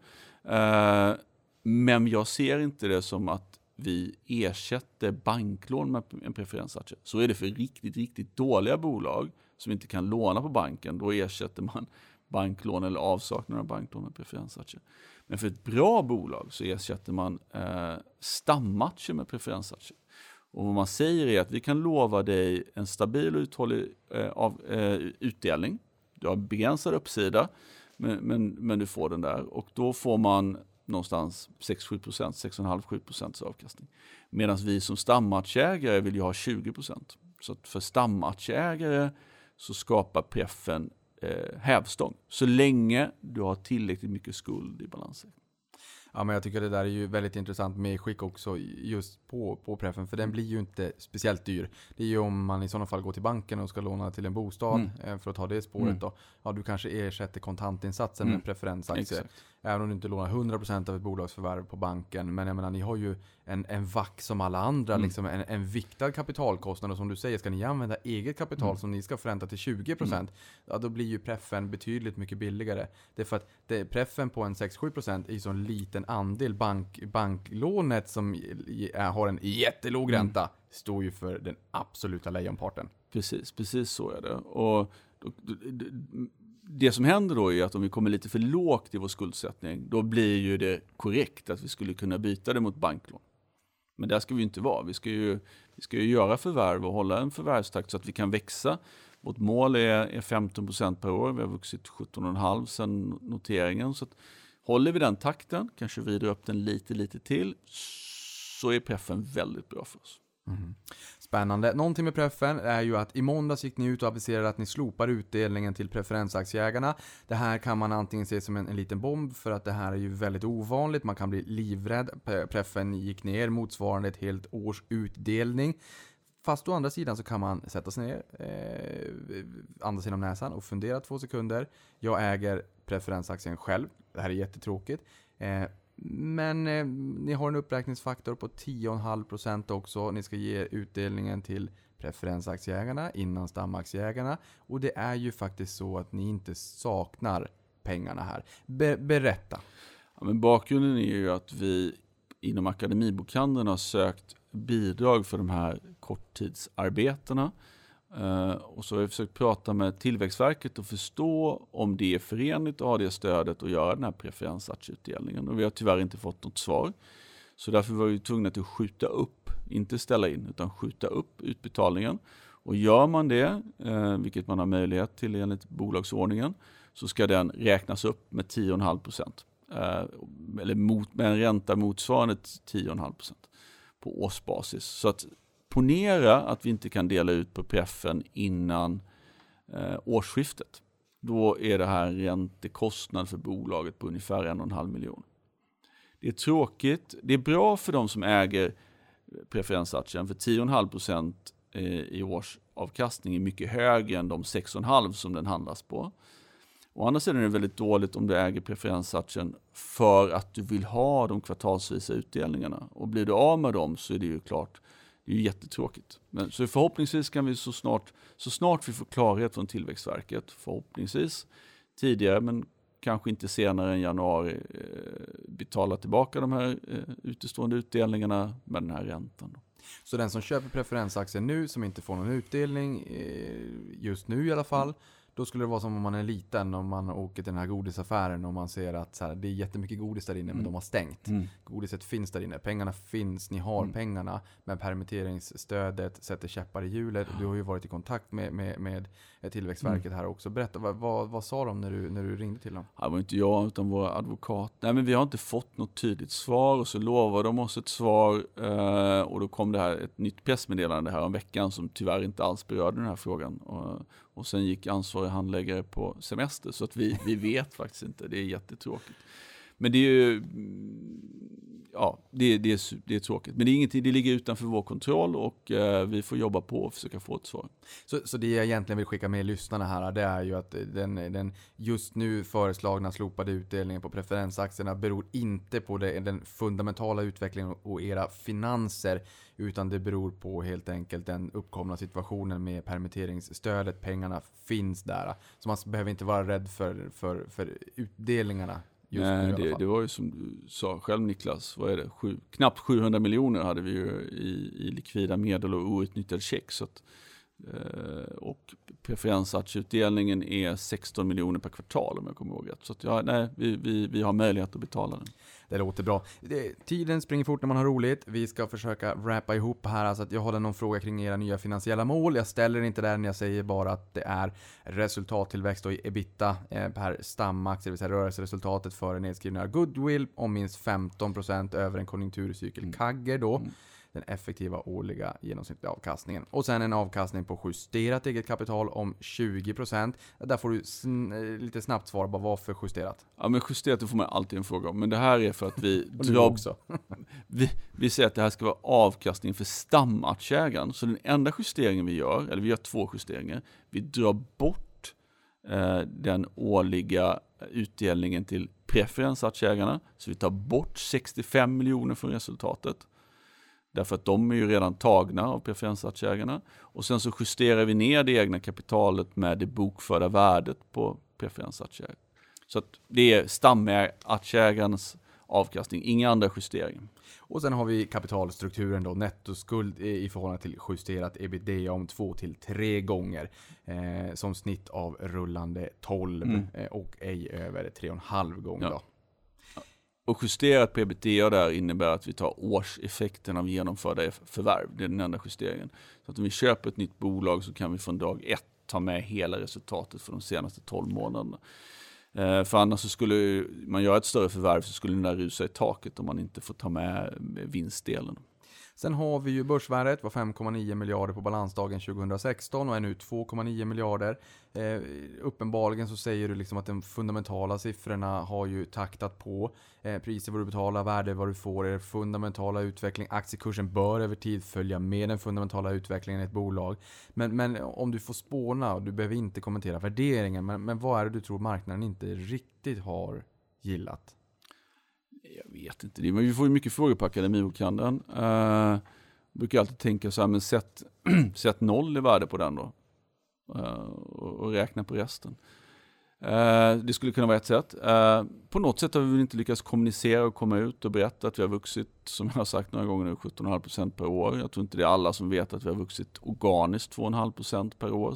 Men jag ser inte det som att vi ersätter banklån med en preferensaktie. Så är det för riktigt, riktigt dåliga bolag som inte kan låna på banken. Då ersätter man banklån eller avsaknad av banklån med preferensaktier. Men för ett bra bolag så ersätter man stammatcher med preferensaktier. Och vad man säger är att vi kan lova dig en stabil och uthållig utdelning. Du har begränsad uppsida, men du får den där. Och då får man någonstans 6-7%, 6,5-7% avkastning. Medan vi som stammatchägare vill ju ha 20%. Så att för stammatchägare så skapar preffen hävstång. Så länge du har tillräckligt mycket skuld i balansen. Ja, men jag tycker det där är ju väldigt intressant med skick också just på preffen. För den blir ju inte speciellt dyr. Det är ju om man i sådana fall går till banken och ska låna till en bostad för att ta det spåret då. Ja, du kanske ersätter kontantinsatsen med en preferensaktie. Exakt. Även om du inte lånar 100% av ett bolagsförvärv på banken. Men jag menar, ni har ju en vack som alla andra, liksom en viktad kapitalkostnad. Och som du säger, ska ni använda eget kapital som ni ska förränta till 20%, ja, då blir ju preffen betydligt mycket billigare. Det är för att preffen på en 6-7% är ju så en liten andel. Banklånet som har en jättelåg ränta står ju för den absoluta lejonparten. Precis så är det. Och det som händer då är att om vi kommer lite för lågt i vår skuldsättning, då blir ju det korrekt att vi skulle kunna byta det mot banklån. Men där ska vi inte vara. Vi ska ju göra förvärv och hålla en förvärvstakt så att vi kan växa. Vårt mål är 15% per år. Vi har vuxit 17,5% sedan noteringen. Så att håller vi den takten, kanske vrider upp den lite till, så är preffen väldigt bra för oss. Spännande. Någonting med preffen är ju att i måndags gick ni ut och aviserade att ni slopar utdelningen till preferensaktieägarna. Det här kan man antingen se som en liten bomb, för att det här är ju väldigt ovanligt. Man kan bli livrädd. Preffen gick ner motsvarande ett helt års utdelning. Fast å andra sidan så kan man sätta sig ner, andas genom näsan och fundera 2 sekunder. Jag äger preferensaktien själv. Det här är jättetråkigt. Men ni har en uppräkningsfaktor på 10,5% också. Ni ska ge utdelningen till preferensaktieägarna innan stamaktieägarna. Och det är ju faktiskt så att ni inte saknar pengarna här. Berätta. Ja, men bakgrunden är ju att vi inom Akademibokhandeln har sökt bidrag för de här korttidsarbetena. Och så har vi försökt prata med Tillväxtverket och förstå om det är förenligt att ha det stödet och göra den här preferensaktieutdelningen. Och vi har tyvärr inte fått något svar. Så därför var vi tvungna att skjuta upp, inte ställa in, utan skjuta upp utbetalningen. Och gör man det, vilket man har möjlighet till enligt bolagsordningen, så ska den räknas upp med 10,5%. Eller med en ränta motsvarande 10,5% på årsbasis. Så att ponera att vi inte kan dela ut på preffen innan årsskiftet. Då är det här räntekostnad för bolaget på ungefär 1,5 miljon. Det är tråkigt. Det är bra för de som äger preferensaktien, för 10,5% i årsavkastning är mycket högre än de 6,5% som den handlas på. Å andra sidan är det väldigt dåligt om du äger preferensaktien för att du vill ha de kvartalsvisa utdelningarna. Och blir du av med dem så är det ju klart, det är ju jättetråkigt. Men så förhoppningsvis kan vi så snart vi får klarhet från Tillväxtverket, förhoppningsvis tidigare men kanske inte senare än januari, betala tillbaka de här utestående utdelningarna med den här räntan. Så den som köper preferensaktier nu som inte får någon utdelning, just nu i alla fall, då skulle det vara som om man är liten och man åker till den här godisaffären och man ser att så här, det är jättemycket godis där inne men de har stängt. Godiset finns där inne, pengarna finns, ni har pengarna, men permitteringsstödet sätter käppar i hjulet. Du har ju varit i kontakt med Tillväxtverket här också. Berätta, vad sa de när du ringde till dem? Det var inte jag utan vår advokat. Nej, men vi har inte fått något tydligt svar och så lovade de oss ett svar och då kom det här ett nytt pressmeddelande här om veckan som tyvärr inte alls berörde den här frågan. Och sen gick ansvarig handläggare på semester så att vi vet faktiskt inte. Det är jättetråkigt. Men det är ju ja, det är tråkigt. Men det är ingenting, det ligger utanför vår kontroll och vi får jobba på och försöka få ett svar. Så det jag egentligen vill skicka med lyssnarna här, det är ju att den just nu föreslagna slopade utdelningen på preferensaktierna beror inte på den fundamentala utvecklingen och era finanser, utan det beror på helt enkelt den uppkomna situationen med permitteringsstödet. Pengarna finns där. Så man behöver inte vara rädd för utdelningarna. Nej, det var ju som du sa själv, Niklas, vad är det? Knappt 700 miljoner hade vi ju i likvida medel och outnyttjad check. Så att, och preferensaktieutdelningen är 16 miljoner per kvartal om jag kommer ihåg rätt. Så att, vi har möjlighet att betala den. Det låter bra. Tiden springer fort när man har roligt. Vi ska försöka wrappa ihop här. Så att jag håller någon fråga kring era nya finansiella mål. Jag ställer inte där när jag säger bara att det är resultattillväxt och EBITDA per stamaktie, det vill säga rörelseresultatet före nedskrivningar goodwill om minst 15% över en konjunkturcykel CAGR då. Den effektiva årliga genomsnittliga avkastningen. Och sen en avkastning på justerat eget kapital om 20%. Där får du lite snabbt svara på varför justerat. Ja, men justerat, det får man alltid en fråga om. Men det här är för att vi också. vi säger att det här ska vara avkastning för stamaktieägaren. Så den enda justeringen vi gör, eller vi gör 2 justeringar. Vi drar bort den årliga utdelningen till preferensaktieägarna. Så vi tar bort 65 miljoner från resultatet. Därför att de är ju redan tagna av preferensaktieägarna. Och sen så justerar vi ner det egna kapitalet med det bokförda värdet på preferensaktieägare. Så att det är stamaktieägarens avkastning, inga andra justeringar. Och sen har vi kapitalstrukturen då, nettoskuld i förhållande till justerat ebitda om 2-3 gånger. Som snitt av rullande 12 och ej över 3,5 gånger då. Och justerat på ebitda där innebär att vi tar årseffekten av genomförda förvärv. Det är den enda justeringen. Så att om vi köper ett nytt bolag så kan vi från dag 1 ta med hela resultatet för de senaste 12 månaderna. För annars så skulle man göra ett större förvärv så skulle den där rusa i taket om man inte får ta med vinstdelen. Sen har vi ju börsvärdet var 5,9 miljarder på balansdagen 2016 och är nu 2,9 miljarder. Uppenbarligen så säger du liksom att de fundamentala siffrorna har ju taktat på. Priser vad du betalar, värde vad du får, är fundamentala utveckling. Aktiekursen bör över tid följa med den fundamentala utvecklingen i ett bolag. Men om du får spåna, och du behöver inte kommentera värderingen, men vad är det du tror marknaden inte riktigt har gillat? Jag vet inte. Men vi får ju mycket frågor på Akademibokhandeln. Brukar alltid tänka så här, men sätt 0 i värde på den då. Och räkna på resten. Det skulle kunna vara ett sätt. På något sätt har vi inte lyckats kommunicera och komma ut och berätta att vi har vuxit, som jag har sagt några gånger nu, 17,5% per år. Jag tror inte det är alla som vet att vi har vuxit organiskt 2,5% per år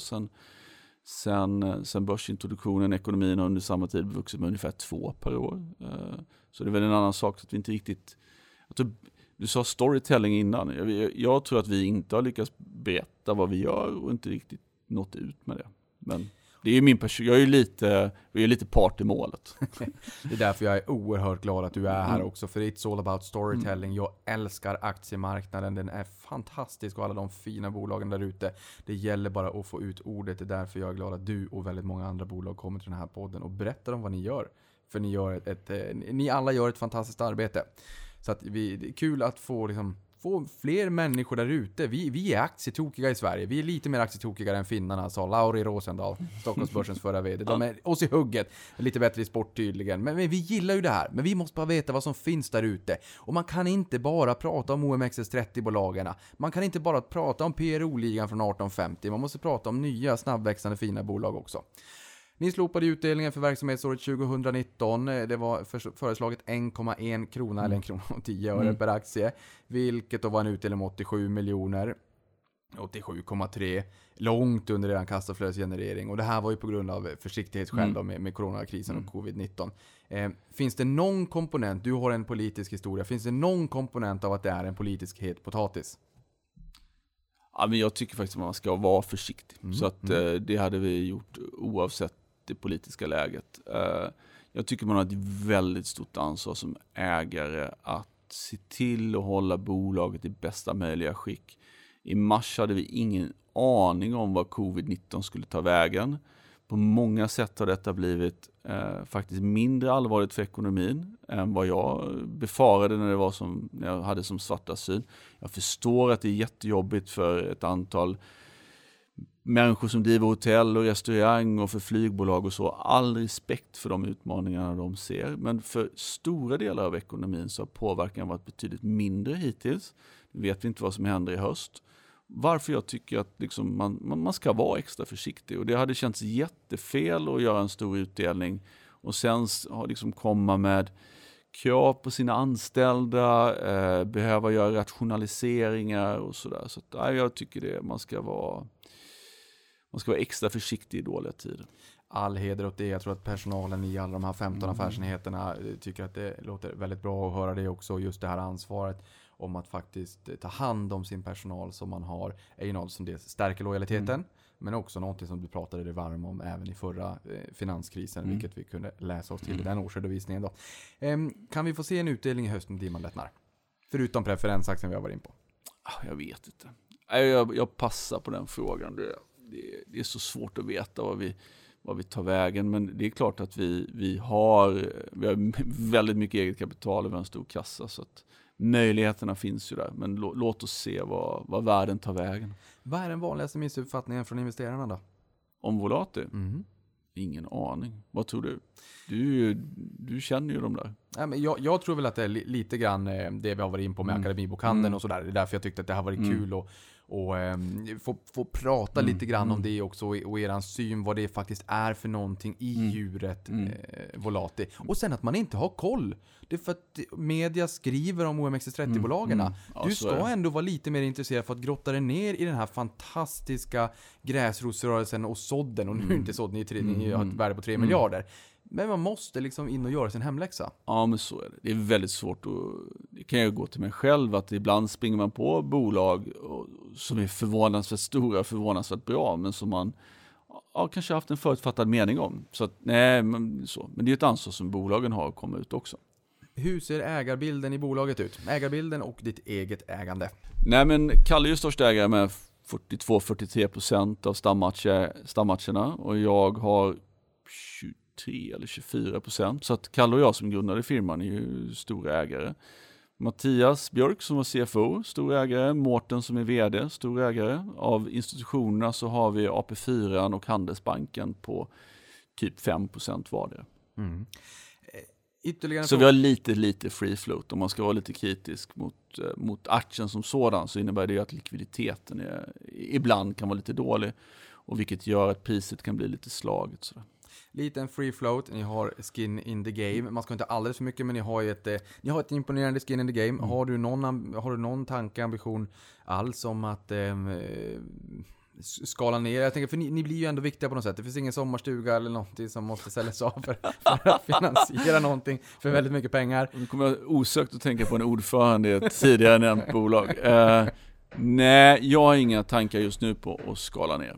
sen börsintroduktionen. Ekonomin har under samma tid vuxit med ungefär 2 per år. Så det är väl en annan sak att vi inte riktigt... Du sa storytelling innan. Jag tror att vi inte har lyckats berätta vad vi gör och inte riktigt nått ut med det. Men det är ju min person. Vi är lite part i målet. Det är därför jag är oerhört glad att du är här också. För it's all about storytelling. Jag älskar aktiemarknaden. Den är fantastisk och alla de fina bolagen där ute. Det gäller bara att få ut ordet. Det är därför jag är glad att du och väldigt många andra bolag kommer till den här podden och berättar om vad ni gör. För ni alla gör ett fantastiskt arbete. Så att det är kul att få fler människor där ute. Vi är aktietokiga i Sverige. Vi är lite mer aktietokiga än finnarna, sa Lauri Rosendahl, Stockholmsbörsens förra vd. De är oss i hugget. Lite bättre i sport tydligen. Men vi gillar ju det här. Men vi måste bara veta vad som finns där ute. Och man kan inte bara prata om OMXS30-bolagen. Man kan inte bara prata om PRO-ligan från 1850. Man måste prata om nya, snabbväxande, fina bolag också. Ni slopade utdelningen för verksamhetsåret 2019. Det var föreslaget 1,1 krona eller 1 krona och 10 öre per aktie. Vilket då var en utdelning om 87 miljoner. 87,3. Långt under redan kassaflödesgenerering. Och det här var ju på grund av försiktighetsskäl då med coronakrisen och covid-19. Finns det någon komponent, du har en politisk historia, finns det någon komponent av att det är en politisk het potatis? Ja, men jag tycker faktiskt att man ska vara försiktig. Så att det hade vi gjort oavsett det politiska läget. Jag tycker man har ett väldigt stort ansvar som ägare att se till att hålla bolaget i bästa möjliga skick. I mars hade vi ingen aning om vad covid-19 skulle ta vägen. på många sätt har detta blivit faktiskt mindre allvarligt för ekonomin än vad jag befarade när jag hade som svarta syn. Jag förstår att det är jättejobbigt för ett antal människor som driver hotell och restaurang och för flygbolag och så. All respekt för de utmaningarna de ser. Men för stora delar av ekonomin så har påverkan varit betydligt mindre hittills. Nu vet vi inte vad som händer i höst. Varför jag tycker att liksom man ska vara extra försiktig. Och det hade känts jättefel att göra en stor utdelning och sen liksom komma med krav på sina anställda, behöva göra rationaliseringar och sådär. Så att, jag tycker man ska vara extra försiktig i dåliga tider. All heder åt det. Jag tror att personalen i alla de här 15 affärsenheterna tycker att det låter väldigt bra att höra det också. Just det här ansvaret om att faktiskt ta hand om sin personal som man har är ju något som det stärker lojaliteten. Men också något som du pratade dig varm om även i förra finanskrisen, vilket vi kunde läsa oss till i den årsredovisningen. Då. Kan vi få se en utdelning i hösten med man lättnar? Förutom preferensaktien vi har varit in på. Jag vet inte. Jag passar på den frågan. Det är så svårt att veta vad vi tar vägen. Men det är klart att vi har väldigt mycket eget kapital och en stor kassa. Så att möjligheterna finns ju där. Men låt oss se vad världen tar vägen. Vad är den vanligaste missuppfattningen från investerarna då? Om Volati? Ingen aning. Vad tror du? Du känner ju dem där. Ja, men jag tror väl att det är lite grann det vi har varit in på med akademibokhandeln och sådär. Det är därför jag tyckte att det har varit kul och få prata lite grann om det också och eran syn vad det faktiskt är för någonting i djuret Volati. Och sen att man inte har koll. Det är för att media skriver om OMXS30-bolagen. Du ska ändå vara lite mer intresserad för att grotta dig ner i den här fantastiska gräsrotsrörelsen och sådden. Och nu är inte sådden ni har ett värde på 3 miljarder. Men man måste liksom in och göra sin hemläxa. Ja, men så är det. Det är väldigt svårt det kan jag gå till mig själv att ibland springer man på bolag som är förvånansvärt stora, förvånansvärt bra, men som man kanske haft en förutfattad mening om. Så att, men det är ett ansvar som bolagen har att komma ut också. Hur ser ägarbilden i bolaget ut? Ägarbilden och ditt eget ägande. Nej, men Kalle är ju största ägare med 42-43% av stammatcherna och jag har 23 eller 24%. Så att Kalle och jag som grundade firman är ju stora ägare. Mattias Björk som var CFO, stor ägare. Mårten som är vd, stor ägare. Av institutionerna så har vi AP4 och Handelsbanken på typ 5% vardera. Så vi har lite free float. Om man ska vara lite kritisk mot aktien som sådan så innebär det att likviditeten ibland kan vara lite dålig. Och vilket gör att priset kan bli lite slaget sådär. Liten free float, ni har skin in the game. Man ska inte alldeles för mycket, men ni har ett imponerande skin in the game. Har du någon tanke, ambition alls om att skala ner? Jag tänker, för ni blir ju ändå viktiga på något sätt. Det finns ingen sommarstuga eller någonting som måste säljas av för att finansiera någonting för väldigt mycket pengar. Nu kommer jag osökt att tänka på en ordförande i ett tidigare nämnt bolag. Nej, jag har inga tankar just nu på att skala ner.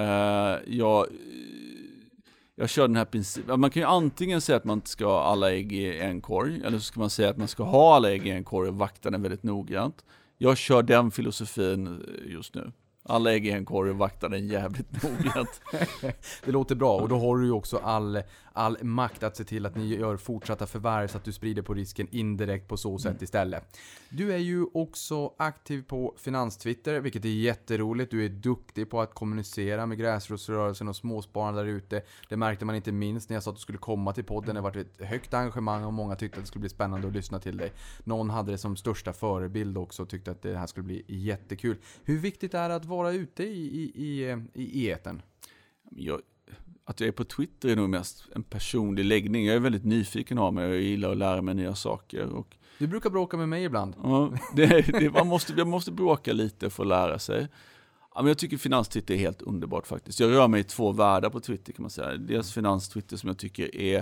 Jag kör den här principen. Man kan ju antingen säga att man inte ska ha alla ägg i en korg, eller så ska man säga att man ska ha alla ägg i en korg och vakta den väldigt noggrant. Jag kör den filosofin just nu. Alla ägg i en korg och vakta den jävligt noggrant. Det låter bra, och då har du ju också all makt att se till att ni gör fortsatta förvärv så att du sprider på risken indirekt på så sätt istället. Du är ju också aktiv på Finanstwitter, vilket är jätteroligt. Du är duktig på att kommunicera med gräsrotsrörelsen och småspararna där ute. Det märkte man inte minst när jag sa att du skulle komma till podden. Det var ett högt engagemang och många tyckte att det skulle bli spännande att lyssna till dig. Någon hade det som största förebild också och tyckte att det här skulle bli jättekul. Hur viktigt är det att vara ute i etern? Att jag är på Twitter är nog mest en personlig läggning. Jag är väldigt nyfiken av mig och jag gillar att lära mig nya saker. Och du brukar bråka med mig ibland. Ja, man måste bråka lite för att lära sig. Ja, men jag tycker Finanstwitter är helt underbart faktiskt. Jag rör mig i 2 världar på Twitter kan man säga. Dels Finanstwitter som jag tycker är...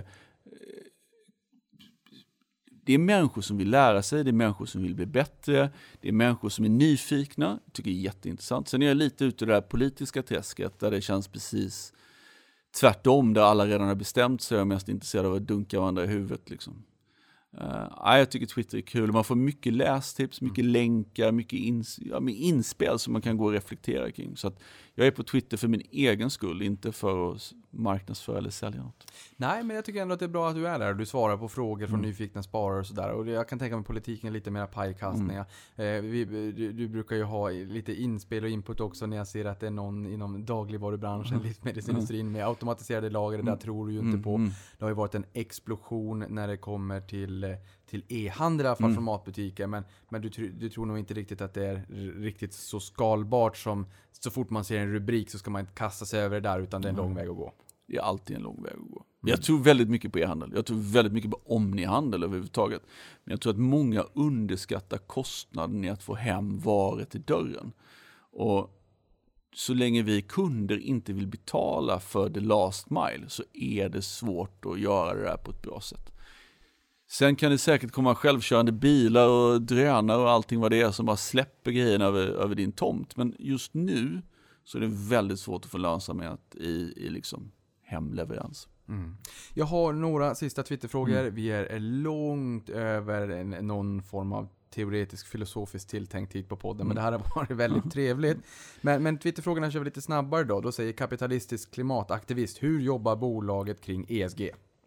Det är människor som vill lära sig, det är människor som vill bli bättre, det är människor som är nyfikna. Jag tycker det är jätteintressant. Sen är jag lite ute i det där politiska träsket där det känns precis tvärtom, där alla redan har bestämt sig och är mest intresserade av att dunka varandra i huvudet. Liksom. Jag tycker Twitter är kul. Man får mycket lästips, mycket länkar, mycket inspel som man kan gå och reflektera kring. Så att jag är på Twitter för min egen skull, inte för att marknadsföra eller sälja något. Nej, men jag tycker ändå att det är bra att du är där. Du svarar på frågor från nyfikna sparare och sådär. Och jag kan tänka mig politiken är lite mer pajkastningar. Du brukar ju ha lite inspel och input också när jag ser att det är någon inom dagligvarubranschen, livsmedelsindustrin med automatiserade lager. Det där tror du ju inte på. Det har ju varit en explosion när det kommer till e-handel, i alla fall från matbutiker. Men du tror nog inte riktigt att det är riktigt så skalbart som så fort man ser en rubrik så ska man inte kasta sig över det där, utan det är en lång väg att gå. Det är alltid en lång väg att gå. Jag tror väldigt mycket på e-handel. Jag tror väldigt mycket på omnihandel överhuvudtaget. Men jag tror att många underskattar kostnaden i att få hem varor till dörren. Och så länge vi kunder inte vill betala för the last mile så är det svårt att göra det här på ett bra sätt. Sen kan det säkert komma självkörande bilar och drönare och allting vad det är som bara släpper grejerna över din tomt. Men just nu så är det väldigt svårt att få lönsamhet i liksom hemleverans. Jag har några sista Twitterfrågor. Vi är långt över någon form av teoretisk filosofisk tilltänkt tid på podden, men det här har varit väldigt trevligt. Men Twitterfrågorna kör vi lite snabbare då. Då säger kapitalistisk klimataktivist: hur jobbar bolaget kring ESG?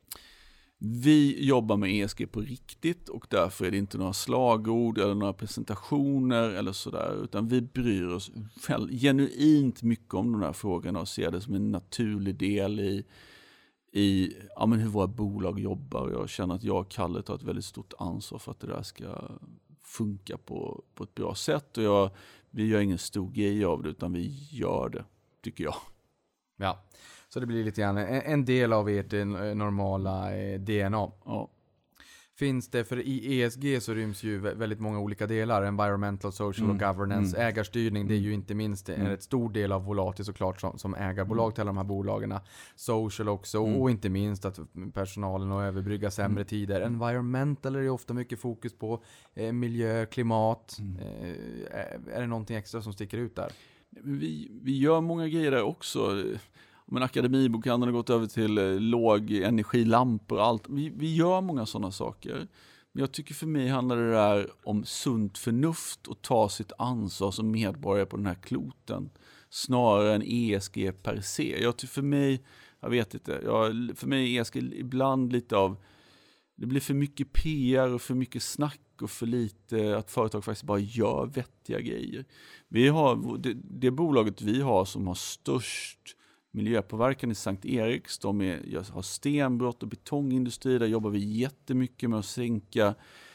Vi jobbar med ESG på riktigt och därför är det inte några slagord eller några presentationer eller sådär, utan vi bryr oss genuint mycket om de här frågorna och ser det som en naturlig del i hur våra bolag jobbar. Jag känner att jag och Kalle tar ett väldigt stort ansvar för att det där ska funka på ett bra sätt, och vi gör ingen stor grej av det, utan vi gör det, tycker jag. Ja. Så det blir lite grann en del av ert normala DNA. Ja. Finns det, för i ESG så ryms ju väldigt många olika delar. Environmental, social och governance. Ägarstyrning, det är ju inte minst en stor del av Volati såklart som ägarbolag till alla de här bolagen. Social också, och inte minst att personalen och överbrygga sämre tider. Environmental är det ofta mycket fokus på miljö, klimat. Är det någonting extra som sticker ut där? Vi gör många grejer där också. Men akademibokhandeln har gått över till låg energilampor och allt. Vi gör många sådana saker. Men jag tycker för mig handlar det där om sunt förnuft och ta sitt ansvar som medborgare på den här kloten. Snarare än ESG per se. För mig är ESG ibland lite av, det blir för mycket PR och för mycket snack och för lite att företag faktiskt bara gör vettiga grejer. Vi har det bolaget vi har som har störst miljöpåverkan i Sankt Eriks. Jag har stenbrott och betongindustri. Där jobbar vi jättemycket med att sänka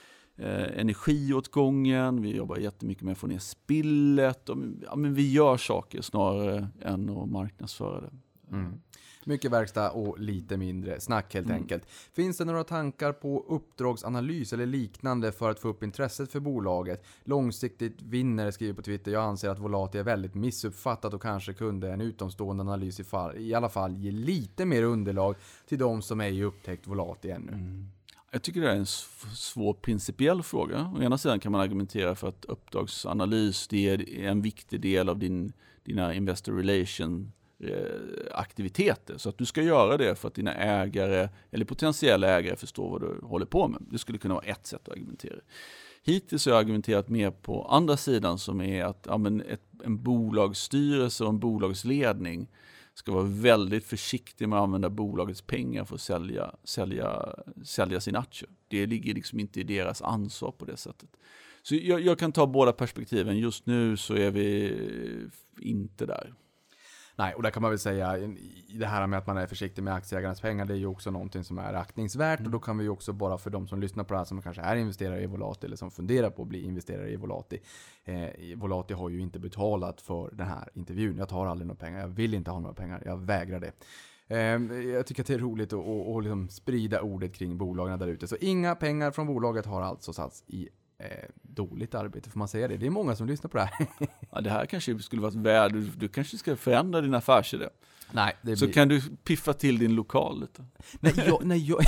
energiåtgången. Vi jobbar jättemycket med att få ner spillet. Men vi gör saker snarare än att marknadsföra det. Mycket verkstad och lite mindre snack helt enkelt. Finns det några tankar på uppdragsanalys eller liknande för att få upp intresset för bolaget? Långsiktigt vinner, skriver på Twitter. Jag anser att Volati är väldigt missuppfattat och kanske kunde en utomstående analys i alla fall ge lite mer underlag till de som ej upptäckt Volati ännu. Jag tycker det är en svår principiell fråga. Å ena sidan kan man argumentera för att uppdragsanalys, det är en viktig del av dina investor relation aktiviteter, så att du ska göra det för att dina ägare eller potentiella ägare förstår vad du håller på med. Det skulle kunna vara ett sätt att argumentera. Hittills har jag argumenterat mer på andra sidan, som är att en bolagsstyrelse och en bolagsledning ska vara väldigt försiktig med att använda bolagets pengar för att sälja sina aktier. Det ligger liksom inte i deras ansvar på det sättet. Så jag kan ta båda perspektiven. Just nu så är vi inte där. Nej, och där kan man väl säga, det här med att man är försiktig med aktieägarnas pengar, det är ju också någonting som är aktningsvärt. Och då kan vi ju också, bara för de som lyssnar på det här som kanske är investerare i Volati eller som funderar på att bli investerare i Volati. Volati har ju inte betalat för den här intervjun. Jag tar aldrig några pengar, jag vill inte ha några pengar, jag vägrar det. Jag tycker att det är roligt att liksom sprida ordet kring bolagen där ute. Så inga pengar från bolaget har alltså satts i dåligt arbete, får man säga det. Det är många som lyssnar på det här. Ja, det här kanske skulle vara ett värde. Du kanske ska förändra din affärsidé. Nej, så kan du piffa till din lokal lite. Nej, jag...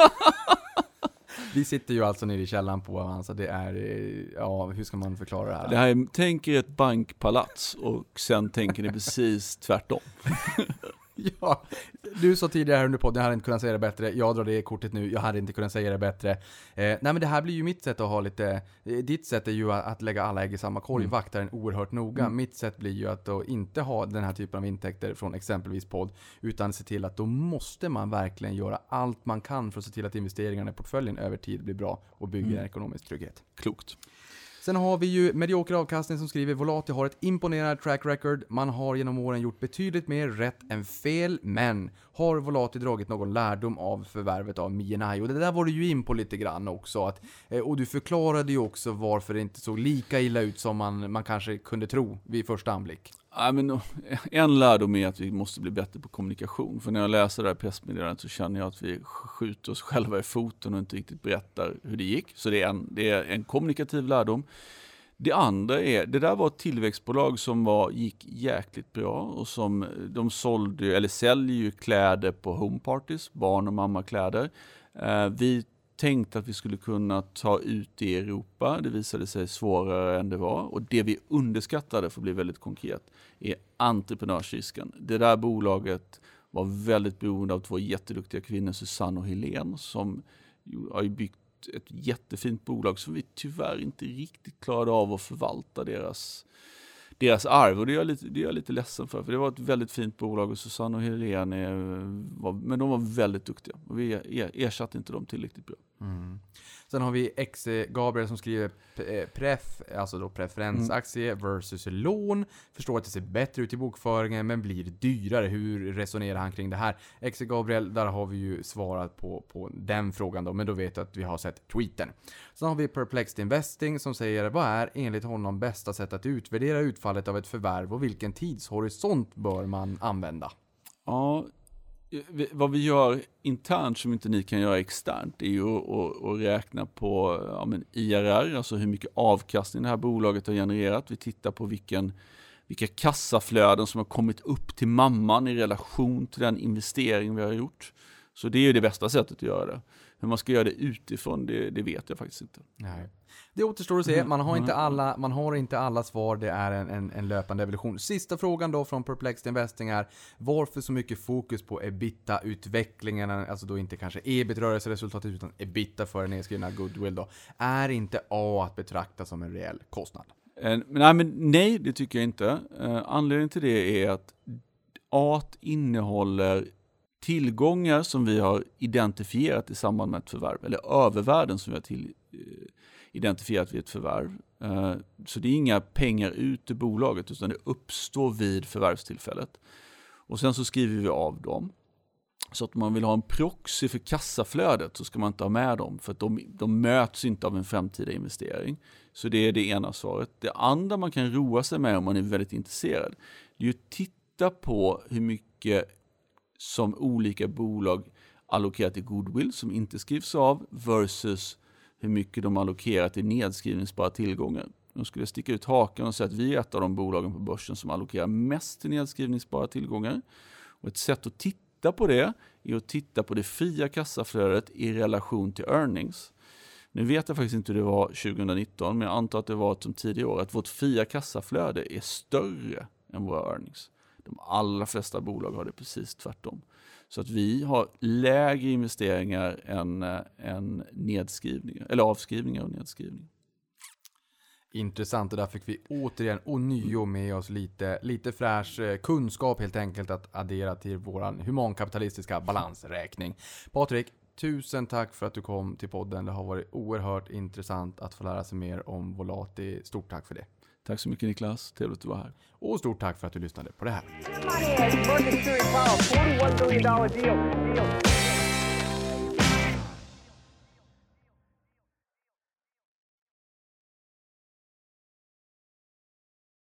Vi sitter ju alltså nere i källaren på Avanza. Det är, hur ska man förklara det här? Det här tänker ett bankpalats och sen tänker ni precis tvärtom. Ja, du sa tidigare här under podden, jag hade inte kunnat säga det bättre. Jag drar det kortet nu, jag hade inte kunnat säga det bättre. Nej, men det här blir ju mitt sätt att ha lite... Ditt sätt är ju att lägga alla ägg i samma korg, vakta den oerhört noga. Mitt sätt blir ju att då inte ha den här typen av intäkter från exempelvis podd, utan se till att då måste man verkligen göra allt man kan för att se till att investeringarna i portföljen över tid blir bra och bygger en ekonomisk trygghet. Klokt. Sen har vi ju medioker avkastning som skriver Volati har ett imponerande track record. Man har genom åren gjort betydligt mer rätt än fel, men har Volati dragit någon lärdom av förvärvet av Mienai? Och det där var du ju in på lite grann också. Och du förklarade ju också varför det inte såg lika illa ut som man kanske kunde tro vid första anblick. Ja, men en lärdom är att vi måste bli bättre på kommunikation. För när jag läser det här pressmeddelandet så känner jag att vi skjuter oss själva i foten och inte riktigt berättar hur det gick. Så det är en kommunikativ lärdom. Det andra är, det där var ett tillväxtbolag som gick jäkligt bra och som de säljer ju kläder på home parties, barn- och mammakläder. Vi tänkte att vi skulle kunna ta ut det i Europa. Det visade sig svårare än det var. Och det vi underskattade, för att bli väldigt konkret, är entreprenörsrisken. Det där bolaget var väldigt beroende av 2 jätteduktiga kvinnor, Susanne och Helene, som har byggt ett jättefint bolag som vi tyvärr inte riktigt klarade av att förvalta deras arv. Och det är jag lite ledsen för det var ett väldigt fint bolag och Susanne och Helene men de var väldigt duktiga och vi ersatte inte dem tillräckligt bra. Sen har vi Exe Gabriel som skriver alltså då preferensaktie versus lån. Förstår att det ser bättre ut i bokföringen men blir dyrare. Hur resonerar han kring det här? Exe Gabriel, där har vi ju svarat på den frågan då, men då vet jag att vi har sett tweeten. Sen har vi Perplexed Investing som säger vad är enligt honom bästa sätt att utvärdera utfallet av ett förvärv och vilken tidshorisont bör man använda? Ja, vad vi gör internt som inte ni kan göra externt är ju att räkna på IRR, alltså hur mycket avkastning det här bolaget har genererat. Vi tittar på vilka kassaflöden som har kommit upp till mamman i relation till den investering vi har gjort. Så det är ju det bästa sättet att göra det. Hur man ska göra det utifrån, det vet jag faktiskt inte. Nej. Det återstår att se. Man har inte alla svar. Det är en löpande evolution. Sista frågan då från Perplexed Investing är varför så mycket fokus på EBITDA-utvecklingen, alltså då inte kanske EBIT-rörelseresultatet utan EBITDA för nedskrivna goodwill då. Är inte A att betrakta som en reell kostnad? Nej, det tycker jag inte. Anledningen till det är att A innehåller tillgångar som vi har identifierat i samband med ett förvärv, eller övervärden som vi har identifierat vid ett förvärv. Så det är inga pengar ut i bolaget utan det uppstår vid förvärvstillfället. Och sen så skriver vi av dem. Så att om man vill ha en proxy för kassaflödet så ska man inte ha med dem för att de möts inte av en framtida investering. Så det är det ena svaret. Det andra man kan roa sig med om man är väldigt intresserad det är att titta på hur mycket som olika bolag allokerar till goodwill som inte skrivs av versus hur mycket de allokerar till nedskrivningsbara tillgångar. De skulle sticka ut hakan och säga att vi är ett av de bolagen på börsen som allokerar mest till nedskrivningsbara tillgångar. Och ett sätt att titta på det är att titta på det fria kassaflödet i relation till earnings. Nu vet jag faktiskt inte hur det var 2019, men jag antar att det var som tidigare år att vårt fria kassaflöde är större än våra earnings. De allra flesta bolag har det precis tvärtom. Så att vi har lägre investeringar än nedskrivningar, eller avskrivningar och nedskrivningar. Intressant, och där fick vi återigen ånyo med oss lite fräsch kunskap helt enkelt att addera till våran humankapitalistiska balansräkning. Patrik, tusen tack för att du kom till podden. Det har varit oerhört intressant att få lära sig mer om Volati. Stort tack för det. Tack så mycket Niklas, trevligt att du var här. Och stort tack för att du lyssnade på det här. Money has Mercury Power, $41 billion deal.